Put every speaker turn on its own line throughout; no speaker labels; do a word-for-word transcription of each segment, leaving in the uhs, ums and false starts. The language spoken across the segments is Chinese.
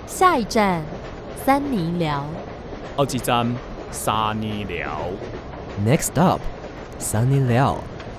下一站，三尼寮。
好几站，沙尼寮。
Next up， 三尼寮。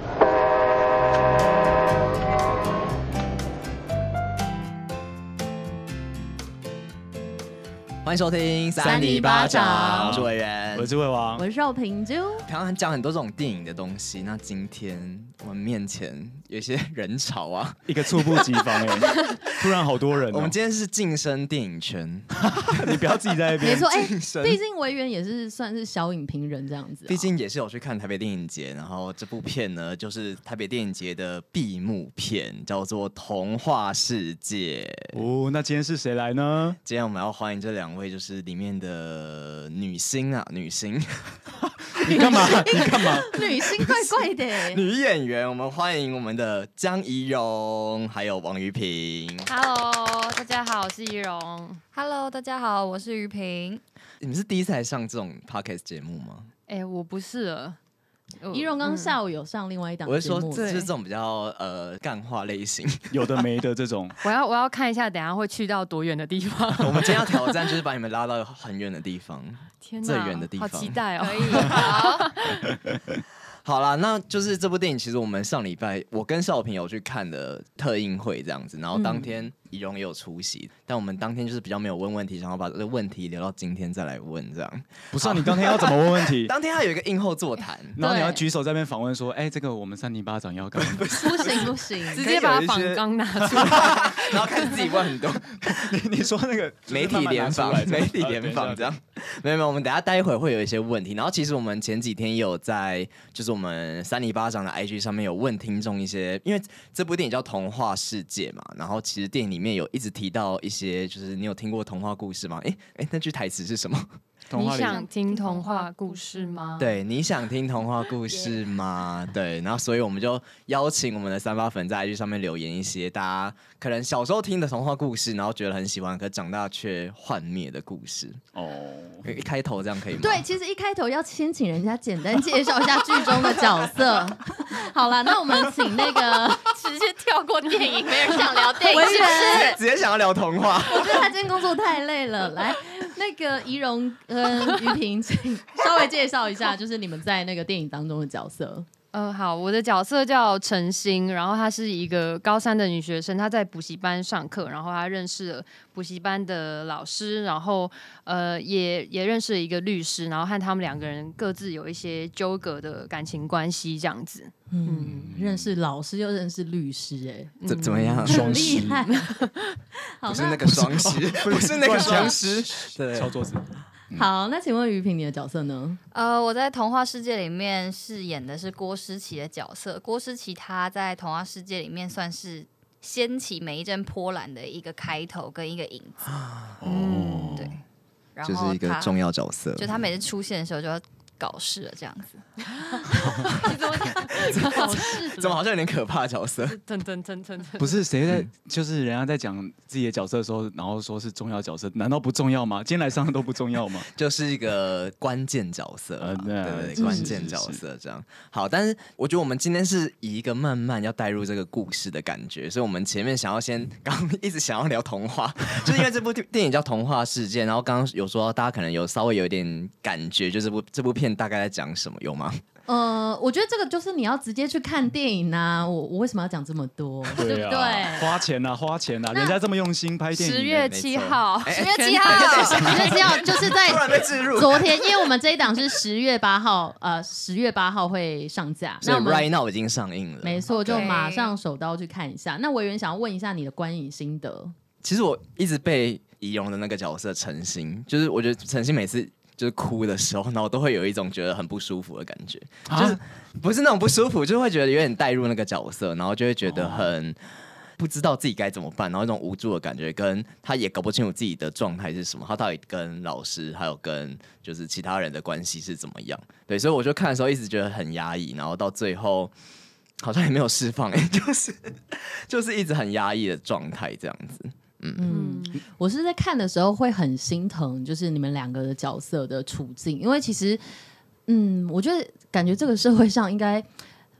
欢迎收听
三尼巴掌
我是委员，
我是魏王，
我是肉平啾。
常常讲很多这种电影的东西，那今天我们面前有一些人潮啊，
一个猝不及防哎，突然好多人、哦。
我们今天是晋升电影圈，
你不要自己在那边。
没错，哎、欸，毕竟维园也是算是小影评人这样子、啊，
毕竟也是有去看台北电影节，然后这部片呢，就是台北电影节的闭幕片，叫做《童话世界》。
哦，那今天是谁来呢？
今天我们要欢迎这两位，就是里面的女星啊，女星。
你干嘛？你干嘛？
女星怪怪的、欸。
女演员，我们欢迎我们的江宜蓉，还有王瑜萍。
Hello， 大家好，我是宜蓉。
Hello， 大家好，我是瑜萍。
你们是第一次来上这种 podcast 节目吗？
哎、欸，我不是了。
宜蓉刚下午有上另外一档节目，
我是说，就是这种比较呃干话类型，
有的没的这种。
我要我要看一下，等一下会去到多远的地方。
我们今天要挑战，就是把你们拉到很远的地方，
天哪，
最远的地方，
好期待哦！
可以，好。
好啦，那就是这部电影，其实我们上礼拜我跟少平有去看的特映会这样子，然后当天宜蓉也有出席，嗯、但我们当天就是比较没有问问题，想要把这个问题留到今天再来问这样。
不是、啊，你当天要怎么问问题？
当天他有一个映后座谈，
然后你要举手在那边访问说，哎、欸，这个我们三尼巴掌要干嘛？
不行不行，
直接把访纲拿出来，
然后开始自己问很多。
你你说那个
媒体联访，媒体联访这样，没有没有，我们等一下待会会有一些问题。然后其实我们前几天也有在，就是我们三尼巴掌的 I G 上面有问听众一些，因为这部电影叫《童话世界》嘛，然后其实电影里面有一直提到一些，就是你有听过童话故事吗？哎哎，那句台词是什么？
你想听童话故事吗？
对，你想听童话故事吗？ Yeah. 对，然后所以我们就邀请我们的三八粉在 I G 上面留言一些大家可能小时候听的童话故事，然后觉得很喜欢，可长大却幻灭的故事。哦，一开头这样可以吗？
对，其实一开头要先请人家简单介绍一下剧中的角色。好啦，那我们请那个
直接跳过电影，没人想聊电影，
是不是？
直接想要聊童话。
我觉得他今天工作太累了，来。那个宜蓉跟瑜萍，请稍微介绍一下，就是你们在那个电影当中的角色。
呃，好，我的角色叫陈欣，然后她是一个高三的女学生，她在补习班上课，然后她认识了补习班的老师，然后呃也也认识了一个律师，然后和他们两个人各自有一些纠葛的感情关系，这样子。
嗯，认识老师又认识律师、欸，哎，
怎怎么样？
很厉害。
不是那个双师，不是那个双师，对，
敲桌子。
好，那请问瑜萍你的角色呢？
呃，我在童话世界里面饰演的是郭诗琪的角色。郭诗琪她在童话世界里面算是掀起每一阵波澜的一个开头跟一个影子。嗯，对，然后
就是一个重要角色。
就她每次出现的时候就要搞事了，这样子。
你怎么讲？搞事？
怎么好像有点可怕的角色？
噔噔噔噔噔。
不是谁在，就是人家在讲自己的角色的时候，然后说是重要角色，难道不重要吗？今天来上都不重要吗？
就是一个关键角色、啊，对对对，关键角色这样。好，但是我觉得我们今天是以一个慢慢要带入这个故事的感觉，所以我们前面想要先，刚刚一直想要聊童话，就是因为这部电影叫《童话世界》，然后刚刚有说大家可能有稍微有一点感觉，就这部这部片大概在讲什么，有吗？
呃，我觉得这个就是你要直接去看电影啊！我我为什么要讲这么多？对,
对, 啊、
对不对？
花钱啊，花钱啊！人家这么用心拍电影。
十月七号，
十月七号，
十月七号就是在昨天，因为我们这一档是十月八号，呃，十月八号会上架。
那我们 right now 已经上映了，
没错，就马上手刀去看一下。那委员想要问一下你的观影心得。
其实我一直被宜蓉的那个角色陈欣，就是我觉得陈欣每次。就是哭的时候，然后都会有一种觉得很不舒服的感觉，啊、就是不是那种不舒服，就会觉得有点带入那个角色，然后就会觉得很不知道自己该怎么办，然后一种无助的感觉，跟他也搞不清楚自己的状态是什么，他到底跟老师还有跟就是其他人的关系是怎么样？对，所以我就看的时候一直觉得很压抑，然后到最后好像也没有释放、欸，就是就是一直很压抑的状态这样子。嗯,
嗯，我是在看的时候会很心疼，就是你们两个的角色的处境，因为其实，嗯，我觉得感觉这个社会上应该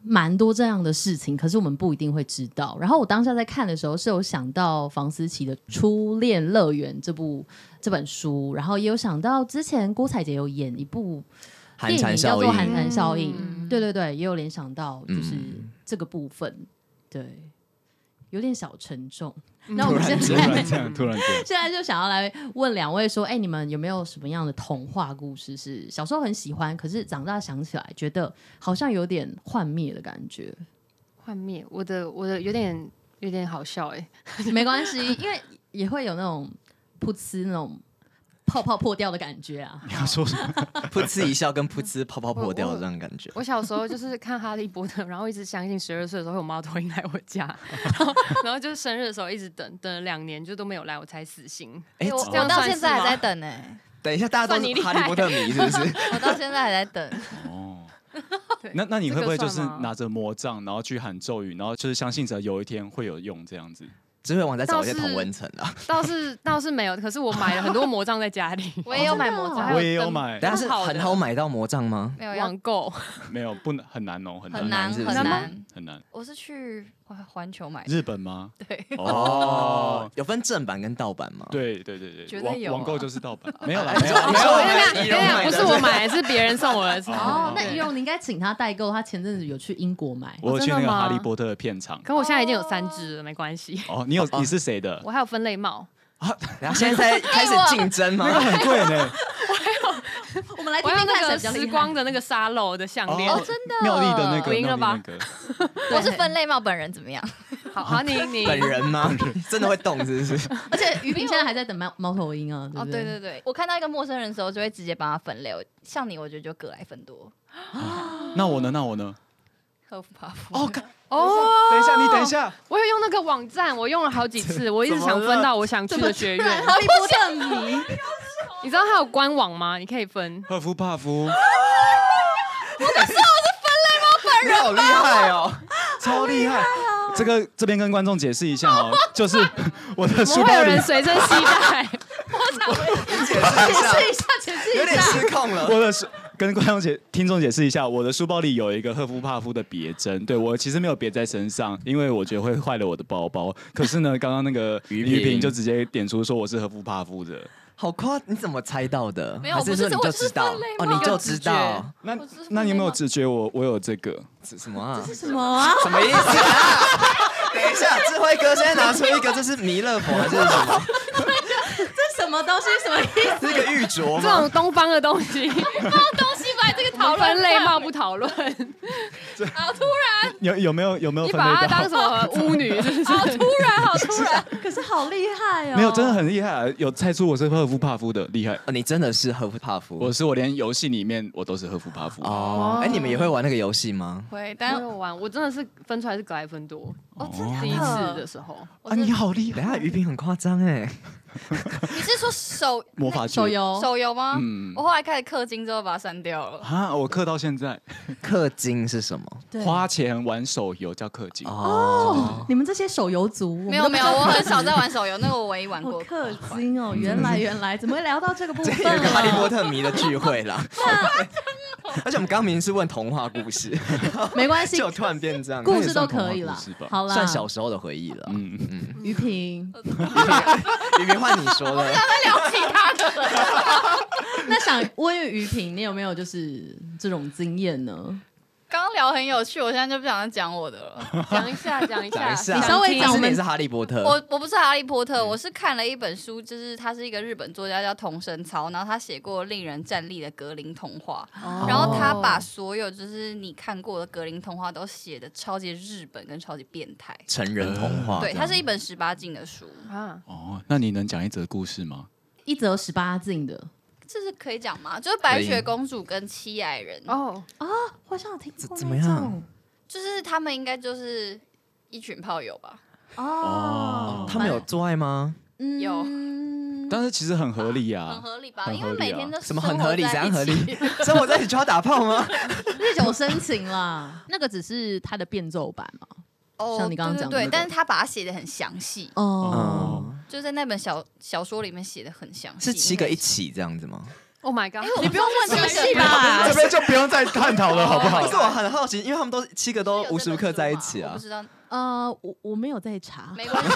蛮多这样的事情，可是我们不一定会知道。然后我当下在看的时候，是有想到房思琪的《初恋乐园》这部这本书，然后也有想到之前郭采洁有演一部电影叫做《寒蝉效应》，
嗯
对对对，也有联想到就是
嗯
这个部分，对，有点小沉重。
嗯
那我们现
突
在
然这样，突然这样，
现在就想要来问两位说，哎、你们有没有什么样的童话故事是小时候很喜欢，可是长大想起来觉得好像有点幻灭的感觉？
幻灭，我的我的有点有点好笑哎、欸，
没关系，因为也会有那种噗呲那种泡泡破掉的感觉啊。
你要说什么？
噗呲一笑跟噗呲泡泡破掉的这种感觉。
我小时候就是看《哈利波特》，然后一直相信十二岁的时候会有猫头鹰来我家，然后然后就是生日的时候一直等等了两年就都没有来，我才死心。
哎、
我
这样
我到
算是吗
现在还在等呢、欸，
等一下，大家都是
算你厉害
哈利波特迷是不是？
我到现在还在等。
哦，
对
那那你会不会就是
这个算吗
拿着魔杖，然后去喊咒语，然后就是相信着有一天会有用这样子？
智慧王在找一些同温层啊。
倒是倒是没有，可是我买了很多魔杖在家里，
我也有买魔杖，
哦真的哦
我也有买，
等下是
好的
很好买到魔杖吗？
没有要
网购。
没有不能很难哦，很难
很难
是不是
很难。
很难。
我是去环环球买的，
日本吗？
对，
哦，
有分正版跟盗版吗？
对对对对，
绝对有啊
网网购就是盗版，没有啦，
哎
没有啦
你
没有啦
说我买
等一下，等一下，不是我买的，是别人送我的。
哦，那
对
仪容你应该请他代购，他前阵子有去英国买。
我有去那个
真的吗
哈利波特的片场。
可我现在已经有三只了，没关系。
哦，你有你是谁的？
我还有分类帽，
然后现在在开始竞争吗？
那个很贵呢，
我们来
我有那
听听看谁
个时
比较厉害。
光的那个沙漏的项链。
哦
真的
妙丽的那个，
我赢了吧
妙丽那个
我是分类帽本人怎么样？
好好，你你
本人吗？真的会动是不是？
而且于平现在还在等猫猫头鹰啊，对
哦，
不对？
对对对，我看到一个陌生人的时候，就会直接帮他分类。我像你，我觉得就格莱芬多、
那我呢？那我呢？
赫夫帕夫。
哦，
哦，
等一下，你等一下，
我有用那个网站，我用了好几次，我一直想分到我想去的学院。
哈利波特迷，
你知道它有官网吗？你可以分。
赫夫帕夫，
你好厉害哦！
超厉害。这个这边跟观众解释一下哦，就是我的
怎么会有
书包里
人随身携带？
解释一
解
下，
释一下，解释
有点
一下。
失控了。
我的书跟观众解听众解释一下，我的书包里有一个赫夫帕夫的别针，对我其实没有别在身上，因为我觉得会坏了我的包包。可是呢，刚刚那个
于平
于平就直接点出说我是赫夫帕夫的，
好夸！你怎么猜到的？
没有
还是说你就知道
我不是我就是
哦，
分类帽
你就知道
那
我只是
那你有没有直觉我我有这个？
是什么啊？
什么啊？
什么意思啊？等一下，智慧哥现在拿出一个，这是弥勒佛还是什么？
这什么东西？什么意思？
是一个玉镯
这
吗？
种东方的东西，
东西本来这个讨论
分类帽不讨论，
好突然，
有有没有有没有
你
分类
把它当
到？
什么巫女？是不是？
好突然，好突然。
可是好厉害哦！
没有，真的很厉害啊！有猜出我是赫夫帕夫的，厉害！
哦，你真的是赫夫帕夫
我是我连游戏里面我都是赫夫帕夫。
哦。哎，你们也会玩那个游戏吗？
会，
没
但
有玩，我真的是分出来是格莱芬多。
哦，真的
第一次的时候，
啊，你好厉害！
等一下，于平很夸张哎。
你是说手
魔法剧
手游
手游吗？
嗯
我后来开始氪金之后把它删掉了。
啊，我氪到现在，
氪金是什么？
对
花钱玩手游叫氪金。
哦，
你们这些手游族
没有没有，我很少在玩手游，那个我唯一玩
好
过。
氪金哦！原来原来，怎么会聊到这个部分
有一个哈利波
啊？
特迷的聚会啦。而且我们刚明明是问童话故事，
没关系
就，突然变这样，
故事都可以啦
那也算童话故事吧。
好啦，
算小时候的回忆了。
嗯嗯，
于平，
于平换你说了，
聊其他的了。
那想问于平，你有没有就是这种经验呢？
刚刚聊很有趣，我现在就不想再讲我的了。
讲一下，讲一下，
讲一下。
你稍微
听
讲我们
是你是哈利波特，
我我不是哈利波特，我是看了一本书，就是他是一个日本作家叫桐生操，然后他写过令人站立的格林童话，
哦
然后他把所有就是你看过的格林童话都写的超级日本跟超级变态。
成人童话。
对，
这样
它是一本十八禁的书，
啊，
哦，那你能讲一则故事吗？
一则十八禁的
这是可以讲吗？就是白雪公主跟七矮人，
哦，
我好像有听过
怎么样
那种
就是他们应该就是一群炮友吧？
哦，
他们有做爱吗？
嗯
有
但是其实很合理
很
啊。
合理吧？
很合理啊
因为每天都
什么很合理？
生活在一
怎样合
起
理？生活在一起就要打炮吗？
日久生情啦。那个只是它的变奏版嘛。
哦，
像你刚刚讲的那个
对对对，但是他把它写的很详细，
哦，
嗯，
就在那本小小说里面写的很详细。
是七个一起这样子吗？
Oh my god！
你不用问这么细
吧
这边就不用再探讨了，好不好
可？是我很好奇，因为他们都七个都无时无刻在一起啊
我不。知道，
呃，我我没有在查，
没关系。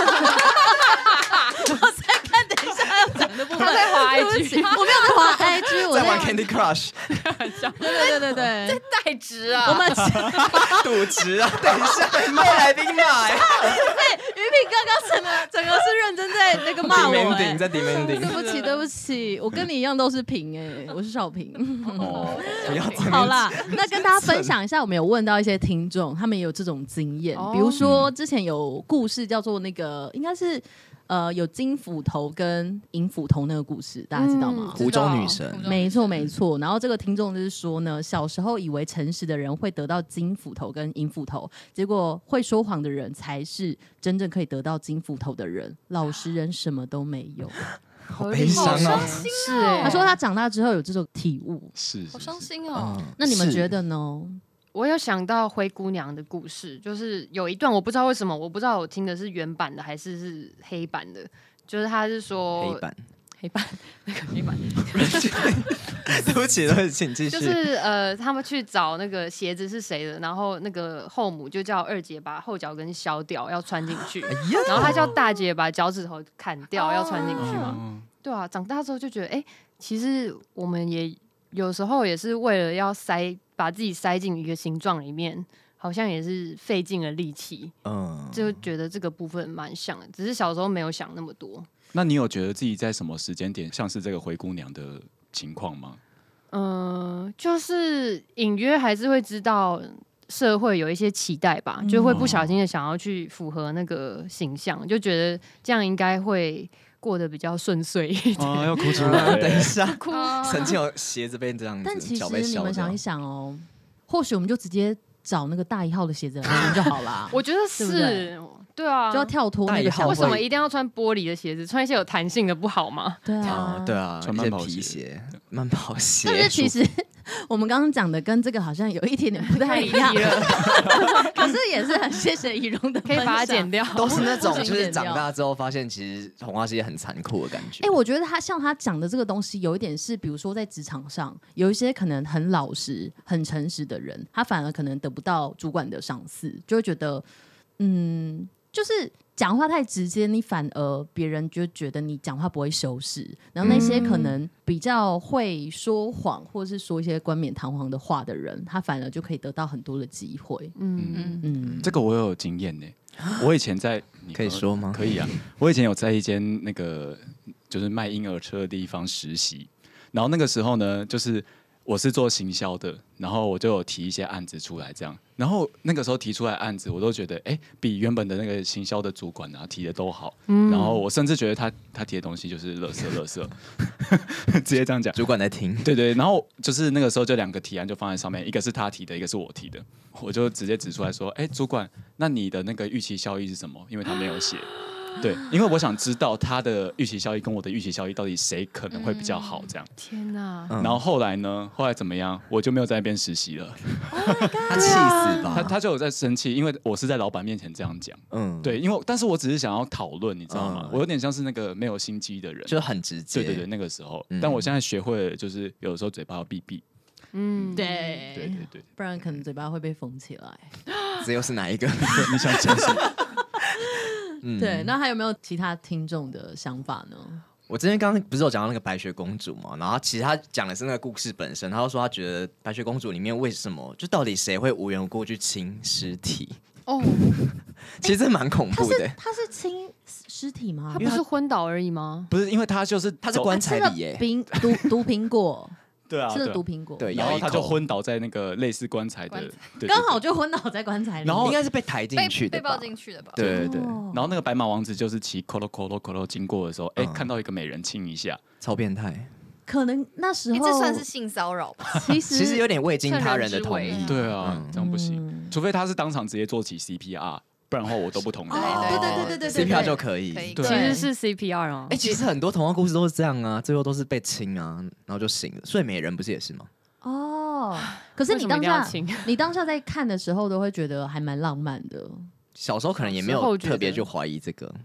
我在看等一下要讲的部分。
他在滑
对不
I
起
G，
我没有在滑 I G，我
在玩 Candy Crush，
对对对对对，
代值啊！
我们
赌值啊！等一下，被来宾骂哎，
于品刚刚整个整个是认真在那个骂我、欸，
demanding 在 demanding，
对不起对不起，我跟你一样都是平哎、我是少平。
哦，
不要这么
好啦，那跟大家分享一下，我们有问到一些听众，他们也有这种经验，
哦
比如说之前有故事叫做那个，应该是呃有金斧头跟银斧头那个故事，大家知道吗？
湖中女神
没错没错，然后这个听众就是说呢，小时候以为诚实的人会得到金斧头跟银斧头，结果会说谎的人才是真正可以得到金斧头的人，老实人什么都没有。
好
悲伤哦
伤心
是哎，
他说他长大之后有这种体悟，
是，
好伤
是
心哦。
那你们觉得呢？
我有想到灰姑娘的故事，就是有一段我不知道为什么，我不知道我听的是原版的还是是黑版的，就是他是说
黑板，
黑版那个黑版，
对不起，对不起，请继续。
就是呃，他们去找那个鞋子是谁的，然后那个后母就叫二姐把后脚跟削掉，要穿进去，然后他叫大姐把脚趾头砍掉，要穿进去嘛。
嗯
对啊，长大之后就觉得，哎、其实我们也有时候也是为了要塞把自己塞进一个形状里面，好像也是费尽了力气，
嗯，
就觉得这个部分蛮像的，只是小时候没有想那么多。
那你有觉得自己在什么时间点像是这个灰姑娘的情况吗？
嗯、就是隐约还是会知道社会有一些期待吧，就会不小心的想要去符合那个形象，就觉得这样应该会过得比较顺遂一点。
啊，要哭出
啊
来！
等一下，
哭
曾经有鞋子被这样子，
但其
脚被
实你
削掉
们想一想哦，或许我们就直接找那个大一号的鞋子来穿就好啦。
我觉得
对不
是，
对
对啊，
就要跳脱那
大一号
个小
为什么
会
一定要穿玻璃的鞋子？穿一些有弹性的不好吗？
对啊
啊，对啊，
穿
一些
慢跑鞋
皮鞋、慢跑鞋。
但是其实我们刚刚讲的跟这个好像有一点点不太一样，可是也是很谢谢仪容的
可以把它
分享
剪。掉。
都是那种
不行
就是
剪掉
长大之后发现，其实童话世界很残酷的感觉。
哎、我觉得他像他讲的这个东西，有一点是，比如说在职场上，有一些可能很老实、很诚实的人，他反而可能得不到主管的赏识，就会觉得，嗯，就是讲话太直接，你反而别人就觉得你讲话不会修饰。然后那些可能比较会说谎，或者是说一些冠冕堂皇的话的人，他反而就可以得到很多的机会。
嗯，
嗯，
嗯，
这个我有经验呢。我以前在，你
可以说吗
可以啊。我以前有在一间那个就是卖婴儿车的地方实习，然后那个时候呢，就是我是做行销的，然后我就有提一些案子出来，这样。然后那个时候提出来的案子，我都觉得，哎，比原本的那个行销的主管啊提的都好。
嗯
然后我甚至觉得他他提的东西就是垃圾垃圾，直接这样讲。
主管在听，
对对，然后就是那个时候就两个提案就放在上面，一个是他提的，一个是我提的，我就直接指出来说，哎，主管，那你的那个预期效益是什么？因为他没有写。对，因为我想知道他的预期效益跟我的预期效益到底谁可能会比较好，这样。
天哪！
嗯
然后后来呢？后来怎么样？我就没有在那边实习了。
他气死吧？
他他就有在生气，因为我是在老板面前这样讲。
嗯，
对，因为但是我只是想要讨论，你知道吗？
嗯
我有点像是那个没有心机的人，
就很直接。
对对对，那个时候。
嗯
但我现在学会了，就是有的时候嘴巴要闭闭。
嗯，
对
对对对，
不然可能嘴巴会被封起来。
这又是哪一个？
对你想讲什么？
嗯
对，那还有没有其他听众的想法呢？
我之前刚刚不是有讲到那个白雪公主嘛，然后其实他讲的是那个故事本身，他就说他觉得白雪公主里面为什么就到底谁会无缘无故去亲尸体？
哦，
其实这蛮恐
他
怖的、
是他是亲尸体吗
他？不是昏倒而已吗？
不是，因为他就是走
他是棺材
吃了
里耶、
冰毒毒苹果，
对啊，
吃了
对啊
毒苹果，
对，
然后他就
咬一口，
昏倒在那个类似棺材的
棺材，
对对
刚好就昏倒在棺材里。
然后
应该是被抬进
被
去的吧
被抱？进去的吧？
对对对，
哦
然后那个白马王子就是骑 colo colo colo 经过的时候，哎、
嗯
看到一个美人亲一下，
超变态。
可能那时
哎，
候
这算是性骚扰吧？
其实
其实有点未经他人的同意
趁人之危。
对啊，
嗯
这样不行，
嗯
除非他是当场直接做起 C P R，不然的话我都不同意。
对
哦对对对对对对
，C P R 就可以。
可以
对
其实是 C P R 哦
哎、。其实很多童话故事都是这样啊，最后都是被亲啊，然后就醒了。睡美人不是也是吗？
哦，可是
为什么
你当下
一定要亲
你当下在看的时候，都会觉得还蛮浪漫的。
小时候可能也没有
小时候觉得
特别就怀疑这个。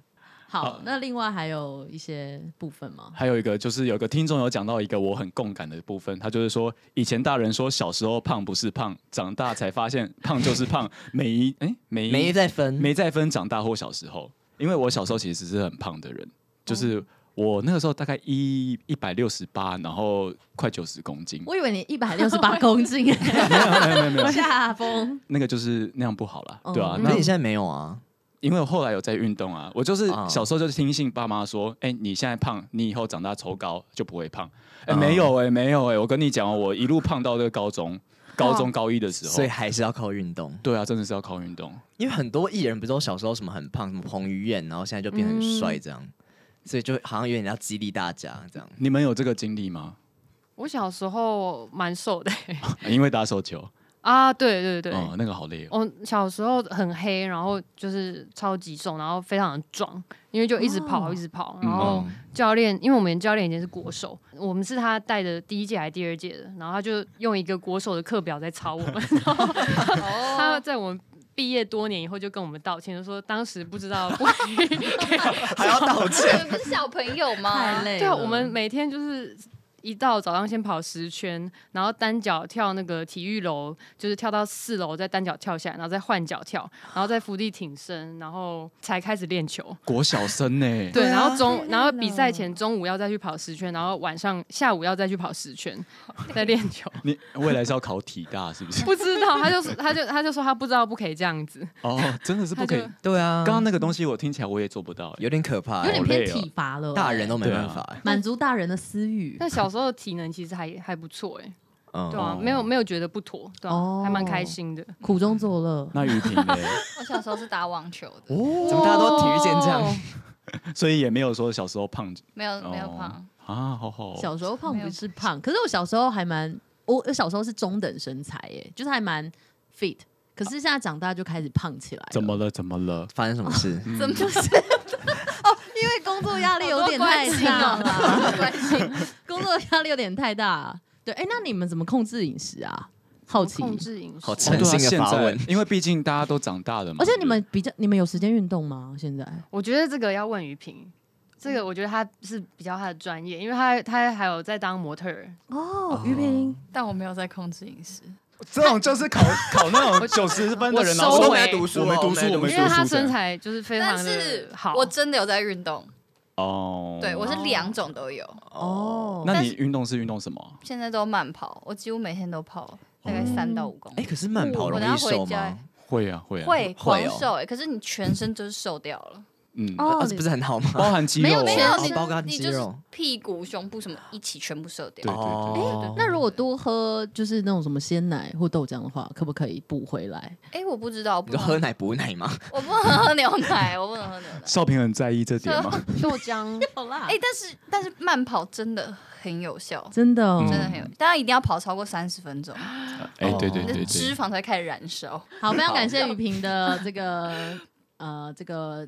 好，那另外还有一些部分吗？
还有一个就是有个听众有讲到一个我很共感的部分，他就是说以前大人说小时候胖不是胖，长大才发现胖就是胖，没一哎没
没再分，
没再分长大或小时候。因为我小时候其实是很胖的人，就是我那个时候大概一一百六十八，然后快九十公斤。
我以为你一百六十八公斤，
没有没有没有没有，
下风
那个就是那样不好啦，
嗯
对啊。那
那你现在没有啊？
因为我后来有在运动啊，我就是小时候就听信爸妈说，哎、欸，你现在胖，你以后长大抽高就不会胖。哎、欸，没有哎、欸，没有哎、欸，我跟你讲，我一路胖到这个高中，高中高一的时候，
所以还是要靠运动。
对啊，真的是要靠运动。
因为很多艺人不是都小时候什么很胖，什么彭于晏，然后现在就变很帅这样，嗯、所以就好像有点要激励大家这样。
你们有这个经历吗？
我小时候蛮瘦的、欸，
因为打手球。
啊，对对对，
哦，那个好累
哦。我小时候很黑，然后就是超级瘦，然后非常的壮，因为就一直跑，哦、一直跑。然后教练，因为我们教练以前是国手，我们是他带的第一届还是第二届的，然后他就用一个国手的课表在操我们，然后他在我们毕业多年以后就跟我们道歉，就说当时不知道不可以，
还要道歉，
不是小朋友吗？
太累了。
对啊，我们每天就是。一到早上先跑十圈，然后单脚跳那个体育楼，就是跳到四楼，再单脚跳下来，然后再换脚跳，然后再伏地挺身，然后才开始练球。
国小生呢、欸？
对，然后中，然后比赛前中午要再去跑十圈，然后晚上下午要再去跑十圈，再练球。
你未来是要考体大是不是？
不知道，他就他就他就说他不知道不可以这样子。
哦，真的是不可以。
对啊，
刚刚那个东西我听起来我也做不到、欸，
有点可怕、欸，
有点偏体罚了、欸，
大人都没办法、欸，
满、啊、足大人的私欲。
但小时候体能其实还还不错哎、欸，
嗯、
对啊，没有没有觉得不妥，对啊，哦、还蛮开心的，
苦中作乐。
那雨萍呢？
我小时候是打网球的，
哦，怎么大家都体育健将？
所以也没有说小时候胖，
没有没有胖
啊，好好。
小时候胖不是胖，可是我小时候还蛮，我我小时候是中等身材耶，就是还蛮 fit。可是现在长大就开始胖起来了。
怎么了？怎么了？
发生什么事？
怎么就是哦，因为工作压力有点太大了，关心工作压力有点太大。对，哎，那你们怎么控制饮食啊？好奇
控制饮食，
好诚心的发问，
因为毕竟大家都长大了嘛。
而且你们比较，你们有时间运动吗？现在？
我觉得这个要问于平。这个我觉得他是比较他的专业，因为他他还有在当模特儿
哦，于平，
但我没有在控制饮食。
这种就是考考那种九十分的人，然后
我都没读书，
我没读书，我没读书，
因为他身材就是非常的好。
我真的有在运动
哦，
对我是两种都有
哦。
那你运动是运动什么？
现在都慢跑，我几乎每天都跑，大概三到五公里。
哎，可是慢跑容易瘦吗？
会啊，会啊，
会狂瘦哎，可是你全身就是瘦掉了。
嗯，
哦，不是很好吗？
包含肌肉，
没有没有，
你包含
肌肉，屁股、胸部什么一起全部瘦掉。
对对
对。那如果多喝就是那种什么鲜奶或豆浆的话，可不可以补回来？
哎，我不知道。
你喝奶补奶吗？
我不能喝牛奶，我不能喝牛奶。
少平很在意这点吗？
豆浆
好辣。
哎，但是但是慢跑真的很有效，
真的
真的很有，当然一定要跑超过三十分钟。
哎，对对对，
脂肪才开始燃烧。
好，非常感谢雨萍的这个。呃，这个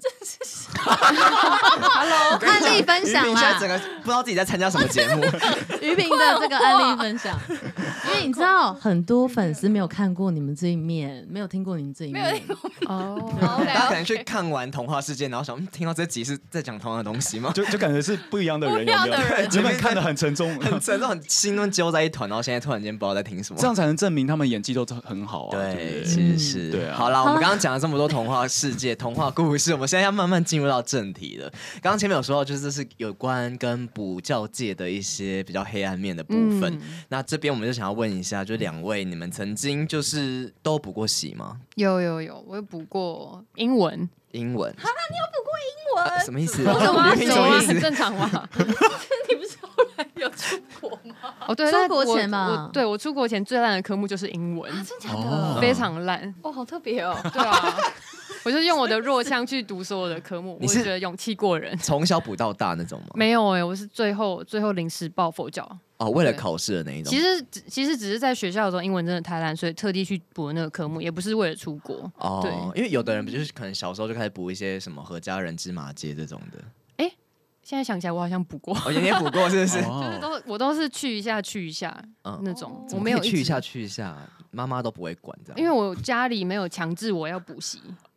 ，Hello，
案例分享啦。
现在整个不知道自己在参加什么节目。
于萍的这个案例分享，因为你知道很多粉丝没有看过你们这一面，没有听过你们这一面。
哦，
大家可能去看完《童话世界》，然后想听到这集是在讲同样的东西吗？
就就感觉是不一样的人，有没有？原本看得很沉重，
很沉重，很心都揪在一团，然后现在突然间不知道在听什么。
这样才能证明他们演技都很好啊。
对，其实是。
对啊。
好了，我们刚刚讲了这么多童话世界。童话故事，我们现在要慢慢进入到正题了。刚刚前面有说到，就是这是有关跟补教界的一些比较黑暗面的部分。嗯、那这边我们就想要问一下，就两位，你们曾经就是都补过习吗？
有有有，我有补过英文。
英文？
哈，你有补过英文？
啊、什么意思？
我怎么
什么意思？
很正常吗？
你不是后来有出国吗？
哦，对，
出国前嘛。
我对我出国前最烂的科目就是英文，
啊、真假的、
哦？
非常烂。
哦，好特别哦。
对啊。我就用我的弱项去读所有的科目，我觉得勇气过人。
从小补到大那种吗？
没有哎、欸，我是最后最后临时抱佛脚。
哦，为了考试的那一种。
其实其实只是在学校的时候英文真的太烂，所以特地去补了那个科目，也不是为了出国。
哦，
对，
因为有的人不就是可能小时候就开始补一些什么何家人芝麻街这种的。
哎、欸，现在想起来我好像补过，
我也补过，是不是？
就是都我都是去一下去一下、嗯、那种，
我
没有
去一下去一下。妈妈都不会管这样，
因为我家里没有强制我要补习，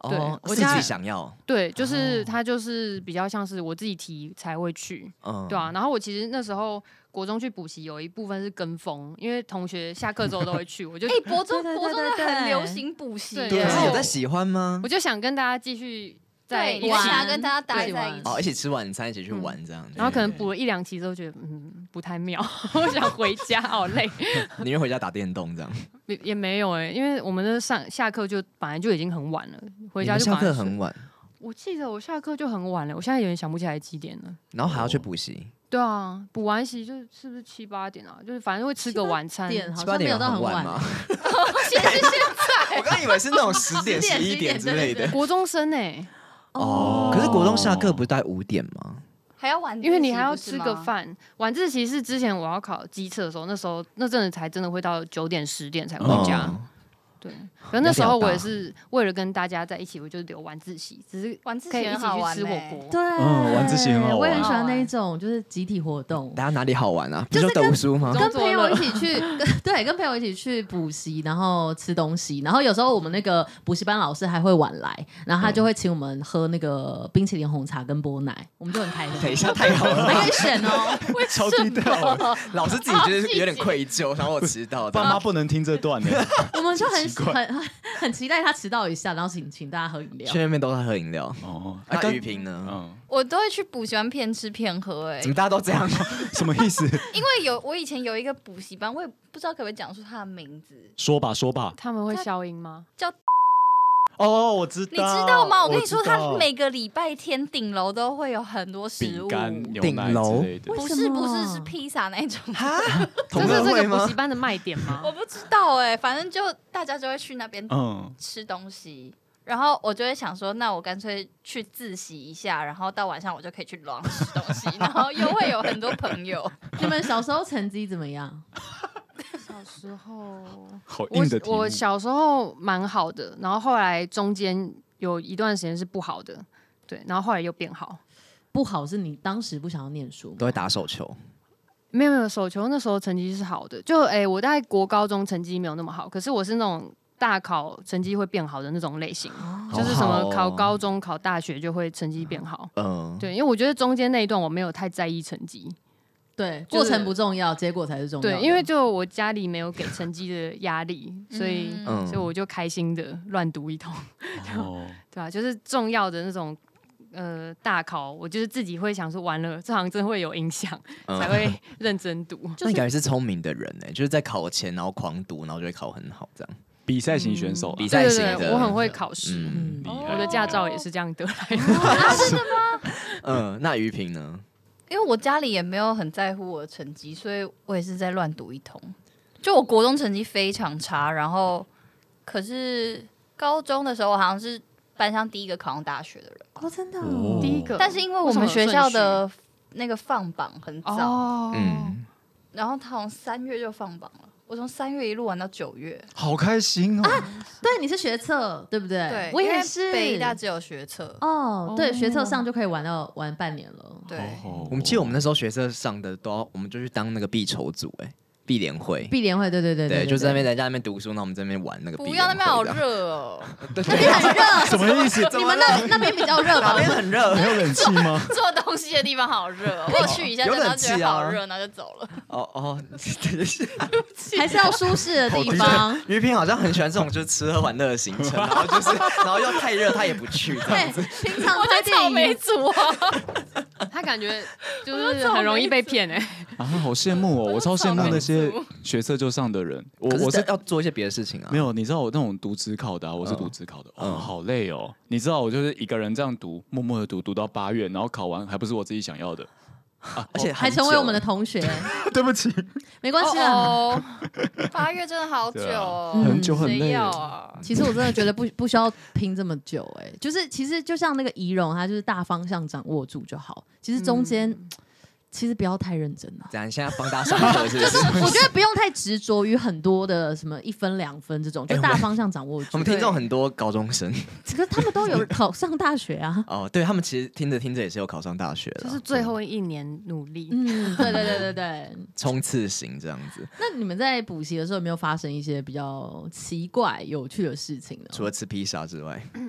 对
哦，自
我家
己想要，
对，就是他就是比较像是我自己提才会去，
嗯，
对啊。然后我其实那时候国中去补习，有一部分是跟风，因为同学下课之后都会去，我就
哎，国中
对对对
国中
对对
的很流行补习耶，
对然后
可是有在喜欢吗
我？就想跟大家继续在
对，你会
一起
想要跟大家待
对
在一起。
哦，一起吃晚餐，一起去玩这样。
然后可能补了一两期之后，觉得嗯不太妙，我想回家，好累。
宁愿回家打电动这样。
也也没有哎、因为我们的上下课就本来就已经很晚了，回
你们下
家就赶快睡
课很晚，
我记得我下课就很晚了，我现在有点想不起来几点了。
然后还要去补习，
对啊，补完习就是是不是七八点啊？就是反正会吃个晚餐。
点好
七八点
像没有到很
晚吗？
现在是现在，
我刚以为是那种十点、十一点之类的。
国中生哎、
哦，可是国中下课不是大概五点吗？
还要晚自习，
因为你还要
不是吗
吃个。饭。晚自习是之前我要考机测的时候，那时候那阵子才真的会到九点十点才回家。
哦
对，可是那时候我也是为了跟大家在一起，我就留晚自习，只是
晚自
可以一起
习很好
去吃火
玩欸
锅。
对，
嗯晚自习很好玩
我也很喜欢那一种，就是集体活动。
大家哪里好玩啊？不
就是
就读书吗？
跟朋友一起去，跟对，跟朋友一起去补习，然后吃东西，然后有时候我们那个补习班老师还会晚来，然后他就会请我们喝那个冰淇淋红茶跟波奶，我们就很开心。
等一下，太好了，
还可以选哦，
超低调的，
老师自己就是有点愧疚，然后我迟到，
爸妈不能听这段呢。
我们就很
奇怪
很很很期待他迟到一下，然后请请大家喝饮料
去。那边都在喝饮料。
哦，
那
刚
雨萍呢？
嗯，
我都会去补习班骗吃骗喝，哎
怎，么大家都这样？
什么意思？
因为有我以前有一个补习班，我也不知道可不可以讲出他的名字，
说吧，说吧。
他们会消音吗？
哦，我知道，
你知道吗？我跟你说，
知道
他每个礼拜天顶楼都会有很多食物，
饼干、牛
顶
奶
楼
之类的。
不
为什么
是不是是披萨那种。
哈，
这
同乐会吗
是这个补习？班的卖点吗？
我不知道哎、反正就大家就会去那边
嗯，
吃东西，然后我就会想说，那我干脆去自习一下，然后到晚上我就可以去乱吃东西，然后又会有很多朋友。
你们小时候成绩怎么样？
小时候，
好
我
硬的题目。
我小时候蛮好的，然后后来中间有一段时间是不好的，对，然后后来又变好。
不好是你当时不想要念书吗，
都会打手球，
没有没有，手球那时候成绩是好的，就哎、我大概国高中成绩没有那么好，可是我是那种大考成绩会变好的那种类型，就是什么考高中、考大学就会成绩变好。
嗯，
对，因为我觉得中间那一段我没有太在意成绩，
对，
就是
过程不重要，结果才是重要的。
对，因为就我家里没有给成绩的压力，所以、
嗯
所以我就开心的乱读一通，
哦，
对吧、就是重要的那种呃大考，我就是自己会想说，完了这好像真的会有影响，
嗯
才会认真读。
那你感觉是聪明的人呢，就是在考前然后狂读，然后就会考很好这样。
比赛型选手啦，
比赛
对
型的，
对对，我很会考试，
嗯
嗯
厉害
我的驾照也是这样得来的。
嗯，那于萍呢？
因为我家里也没有很在乎我的成绩，所以我也是在乱读一通。就我国中成绩非常差，然后可是高中的时候，我好像是班上第一个考上大学的人。
哦，真的、
哦
第一个，
但是因为我们学校的那个放榜很早，
哦，
嗯，
然后他从三月就放榜了，我从三月一路玩到九月。
好开心哦！
对，你是学测对不对？
对，
我
因为
也是。
北大只有学测。
哦，对，
哦
学测上就可以玩到玩半年了。
对，
哦
我们记得我们那时候学社上的都要，我们就去当那个必筹组，哎，必联会。
毕联会，对对对
对，就在那边
对
在家那边读书，那我们在那边玩那个必联会。
不要那边好热哦，
对，
那边很热，
什么意思？
你们那那边比较热吧
哪？边很热？
没有冷气吗？
做东西的地方好热哦。我去一下，
有
然后觉
冷气啊
得好热，然后就走了。
哦哦，对对对。
还是要舒适的地方。
于萍好像很喜欢这种就是吃喝玩乐的行程，然后就是然后又太热，他也不去这样
对
子。，
平常
我
拍
在草莓
电影，
族啊，
他感觉就是很容易被骗哎、
啊，好羡慕哦！我超羡慕那些学测就上的人。我
可是
我是
要做一些别的事情啊。
没有，你知道我那种读职考的、啊，我是读职考的，
嗯
哦，好累哦。你知道我就是一个人这样读，默默的读，读到八月，然后考完还不是我自己想要的。
而且
还成为我们的同学，
对不起，
没关系啊。
哦，八月真的好久哦，
对啊
很久很累
谁要啊？
其实我真的觉得不不需要拼这么久、哎，就是其实就像那个仪容，它就是大方向掌握住就好。其实中间、其实不要太认真了。
怎样？现在帮大家上课是不是？
我觉得不用太执着于很多的什么一分两分这种，就大方向掌握住。
我们听众很多高中生
可是他们都有考上大学啊。
哦，对他们其实听着听着也是有考上大学的啊，
就是最后一年努力。
嗯，对对对对对。
冲刺型这样子。
那你们在补习的时候有没有发生一些比较奇怪、有趣的事情呢？
除了吃披萨之外，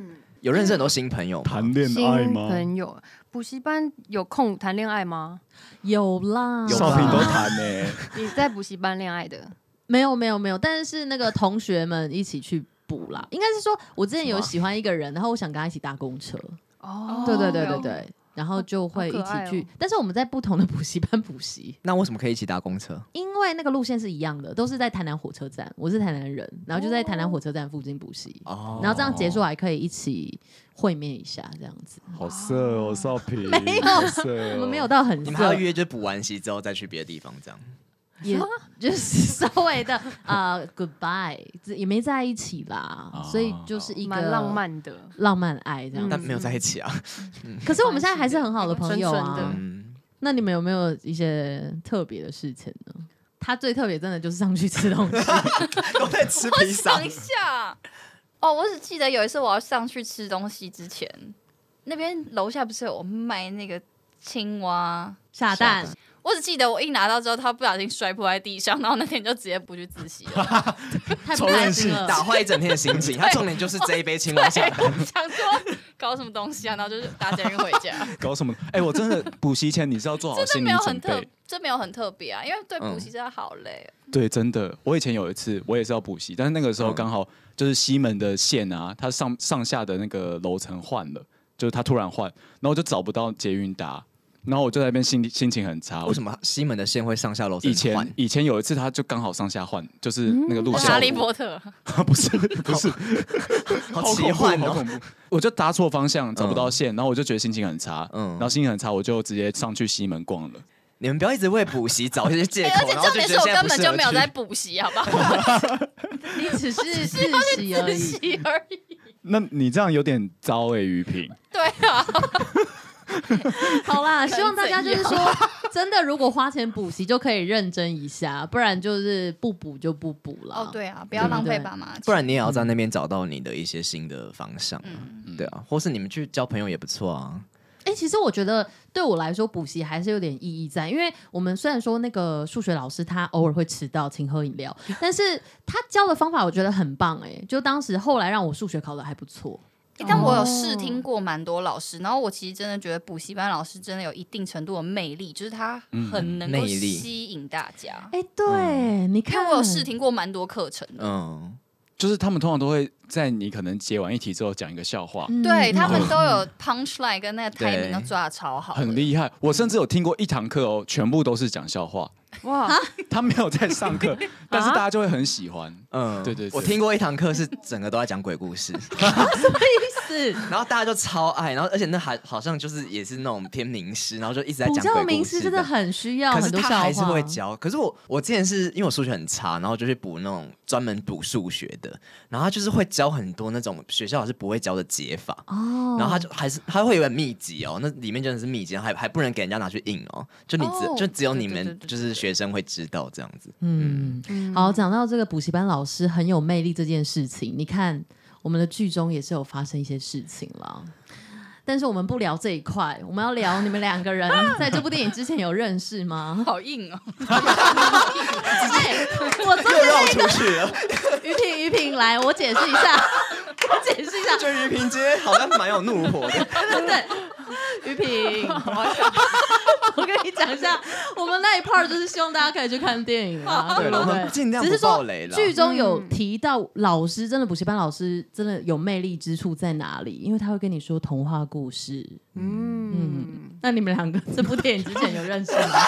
有认识很多新朋友吗？
谈恋爱
新
吗？
朋友，补习班有空谈恋爱吗？
有啦，
有
少平都谈呢、
你在补习班恋爱的？
没有没有没有，但是那个同学们一起去补啦。应该是说，我之前有喜欢一个人，然后我想跟他一起搭公车。
哦
对对对对对，然后就会一起去，
好可爱哦
但是我们在不同的补习班补习，
那为什么可以一起搭公车？
因为那个路线是一样的，都是在台南火车站，我是台南人，然后就在台南火车站附近补习，
哦
然后这样结束还可以一起会面一下，这样子。
好色哦，少平，
没有
好色哦
我们没有到很
你们还要
色，
约，就补完习之后再去别的地方，这样。
也就是稍微的呃 goodbye，也没在一起啦，
哦
所以就是一个
蛮浪漫的。
浪漫爱这样子。
但没有在一起啊。
可是我们现在还是很好的朋友啊
纯纯的。
嗯，
那你们有没有一些特别的事情呢？他最特别真的就是上去吃东西，
都在吃
我
披萨
想。一下，哦，我只记得有一次我要上去吃东西之前，那边楼下不是有卖那个青蛙
下蛋。
我只记得我一拿到之后，他不小心摔破在地上，然后那天就直接不去自习了。
太不开心了。
打坏一整天的心情。他重点就是这一杯青蛙下蛋。
想说搞什么东西啊，然后就是搭捷运回家。
搞什么？哎、我真的补习前你是要做好
真的
心理
没有很特
准备。，
这没有很特别啊，因为对补习真的好累。
对，真的，我以前有一次我也是要补习，但是那个时候刚好就是西门的线啊，它上上下的那个楼层换了，就是它突然换，然后我就找不到捷运搭。然后我就在那边心心情很差。
为什么西门的线会上下楼层
以前
换？
以前有一次，他就刚好上下换，就是那个路
哈
线。
利波特，
不是不是，
好奇幻哦！
好恐怖！我就搭错方向，找不到线，然后我就觉得心情很差。
嗯
然后心情很差，我就直接上去西门逛了。
你们不要一直为补习找一些借口，
哎而且
然后就觉得
重点是我
现在不适合
根本就没有在
去。
补习，好不好？
你只是自习而
自
已。
习而已。
那你这样有点糟哎、欸，于平。
对啊，
好啦，希望大家就是说，真的，如果花钱补习就可以认真一下，不然就是不补就不补了。
哦对啊，不要浪费爸妈钱。
不然你也要在那边找到你的一些新的方向，
嗯，
对啊，或是你们去交朋友也不错啊。
哎、其实我觉得对我来说，补习还是有点意义在，因为我们虽然说那个数学老师他偶尔会迟到，请喝饮料，但是他教的方法我觉得很棒、哎，就当时后来让我数学考得还不错。
欸但我有试听过蛮多老师，然后我其实真的觉得补习班老师真的有一定程度的魅力，就是他很能够
魅力
吸引大家。
哎、对，你
因
看，
为我有试听过蛮多课程的，
嗯，
就是他们通常都会在你可能解完一题之后讲一个笑话，
嗯
对他们都有 punch line 跟那个 timing
对
都抓的超好的，
很厉害。我甚至有听过一堂课哦，全部都是讲笑话，
哇，
他没有在上课，但是大家就会很喜欢。
嗯，
对对对
我听过一堂课是整个都在讲鬼故事，
是
然后大家就超爱，然后而且那还好像就是也是那种偏名师，然后就一直在
补教
讲鬼故事
名师真的很需要
可是
很多笑话，
他还是会教。可是我我之前是因为我数学很差，然后就去补那种专门补数学的，然后他就是会教很多那种学校老师不会教的解法。
哦，
然后他就还是他会有本秘籍哦，那里面真的是秘籍，还还不能给人家拿去印哦，就你只、
哦
就只有你们
对对对对对
就是学生会知道这样子。
嗯，好，讲到这个补习班老师很有魅力这件事情，你看我们的剧中也是有发生一些事情啦。但是我们不聊这一块，我们要聊你们两个人在这部电影之前有认识吗？
好硬哦。
哎，我真
又绕
的
出去了，
于平于平来，我解释一下，我解释一下，
就于平街好像蛮有怒火的。
对对，于平，我跟你讲一下，我们那一 part 就是希望大家可以去看电影啦，对
了，我
不对
们？尽量不
只是说
爆雷了。
剧中有提到老师真的补习班老师真的有魅力之处在哪里？因为他会跟你说童话故事。嗯嗯，那你们两个这部电影之前有认识吗？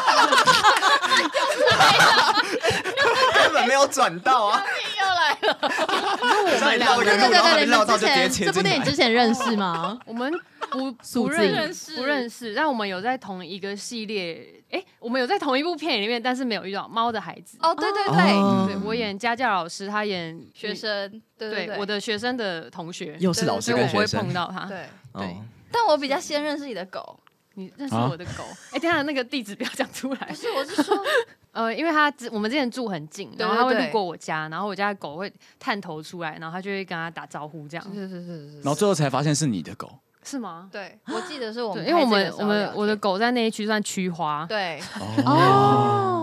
根本没有转到啊！
又来了，
我让你绕一个路，
对对对对，
然后你
你
绕到就直接
们之前
切进来
这部电影之。前认识吗？
我们不不
数字
认识，不认识，但我们有在同一个系列，哎，我们有在同一部片里面，但是没有遇到《猫的孩子》。
哦，对对对，
哦
对我演家教老师，他演
学，生，对对对，
对我的学生的同学，
又是老师
所以我不会
跟学生
碰到他。
对。
哦
对
但我比较先认识你的狗，
你认识我的狗？哎，等一下那个地址不要讲出来
不。是，我是说，
呃，因为他之我们之前住很近，
对
然后他会
对对
路过我家，然后我家的狗会探头出来，然后他就会跟他打招呼，这样
是是是是
然后最后才发现是你的狗。
是吗？
对，我记得是我
对，
们，
因为我们我们我的，狗在那一区算区花，
对，
哦，
对，它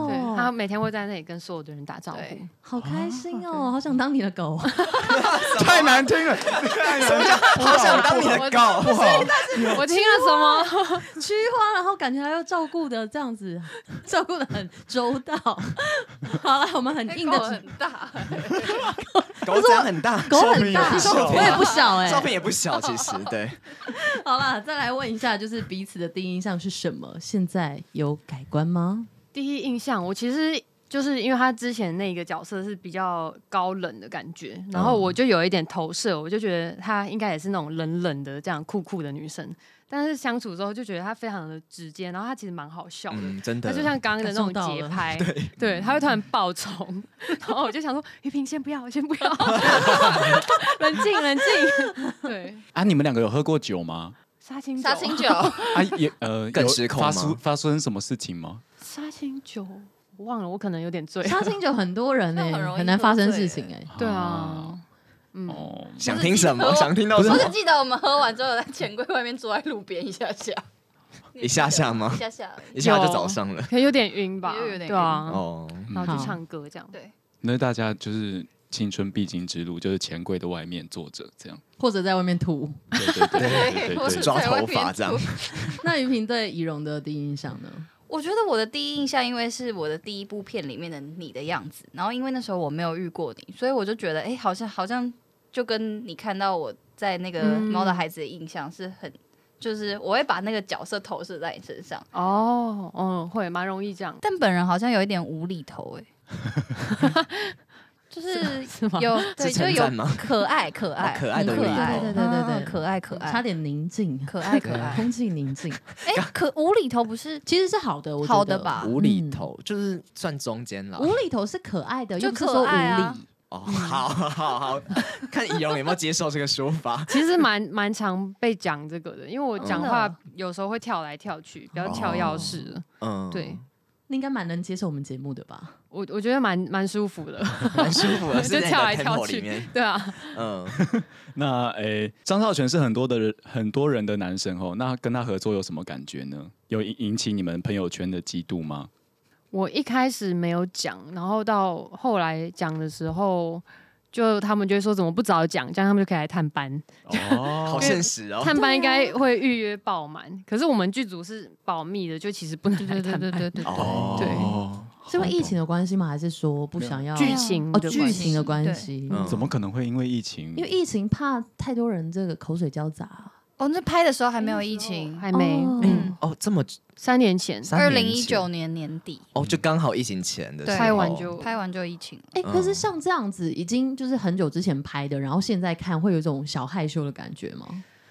他每天会在那里跟所有的人打招呼
对。
好开心哦，好想当你的狗。
太难听了，太难听了，
好想当你的狗，
不好。
我听了什么？
菊花，然后感觉还要照顾的这样子，照顾的很周到。好了，我们很硬
狗
的，
很大，
狗这样很大，
狗很大，
照片也不小
我也不小哎、
照片也不小，其实对。
好了，再来问一下，就是彼此的第一印象是什么？现在有改观吗？
第一印象，我其实就是因为他之前那个角色是比较高冷的感觉，然后我就有一点投射，我就觉得她应该也是那种冷冷的、这样酷酷的女生。但是相处之后就觉得她非常的直接，然后她其实蛮好笑的，
嗯，真的，
她就像刚刚的那种节拍，对，对，她会突然爆冲，然后我就想说，玉萍先不要，先不要，冷静冷静，对。
啊，你们两个有喝过酒吗？
杀青
杀青酒，
啊，也呃，有
更失控吗
发出发生什么事情吗？
杀青酒，我忘了，我可能有点醉。
杀青酒很多人哎、
那很容易
很难发生事情哎、
对啊，嗯，
哦，
想听什么？想听到
我
什么？
只记得我们喝完之后在钱柜外面坐在路边一下下，
一下下吗
一下下而已，
一下就早上了。
可能有点晕吧，
也有点晕
对啊，
哦，
然后就
好
唱歌这样。
对，
那大家就是青春必经之路，就是钱柜的外面坐着这样。
或者在外面吐。
对对对对对
我是
对
抓
在外面
头发这样
吐。
那于萍对仪容的第一印象呢？
我觉得我的第一印象，因为是我的第一部片里面的你的样子，然后因为那时候我没有遇过你，所以我就觉得，哎、好像好像就跟你看到我在那个《猫的孩子》的印象是很，就是我会把那个角色投射在你身上，
哦，嗯，会蛮容易这样。
但本人好像有一点无厘头、哎，就是
是吗
有对，
是
就有
称赞吗
可爱可爱、
哦可爱的
很可爱，
无厘头
对对对对对
可爱可爱，
差点宁静，
可爱可爱。
空气宁静，
哎、可无厘头不是
其实是好的，我觉得
好的吧
无厘头就是算中间了。
无厘头是可爱的，
就
又不是说无
可爱啊
理。
哦，好好好，看仪容有没有接受这个说法。
其实蛮蛮常被讲这个的，因为我讲话
真的
有时候会跳来跳去，比较跳钥匙的。
嗯，
对，
你应该蛮能接受我们节目的吧？
我我觉得蛮蛮舒服的，
蛮舒服的，
就是
在
跳来
你的
跳
tempo 里
去
面。。
对啊，
嗯，
那诶，张孝全是很多的人很多人的男神哦，那跟他合作有什么感觉呢？有引引起你们朋友圈的嫉妒吗？
我一开始没有讲，然后到后来讲的时候，就他们就会说怎么不早讲，这样他们就可以来探班。
哦
好现实哦。
探班应该会预约爆满，可是我们剧组是保密的，就其实不能来探班。
对对
哦，
对
是因为疫情的关系吗？还是说不想要
剧情
哦
的关系
剧情的关系？
嗯
怎么可能会因为疫情？
因为疫情怕太多人这个口水交杂。
哦，那拍的时候还没有疫情，
还没，
哦
嗯，
哦，这么
三年前
二
三年前
零一九年年底
哦，就刚好疫情前的时候
对
拍完就
拍完就疫情了。
哎、可是像这样子，已经就是很久之前拍的，然后现在看会有一种小害羞的感觉吗？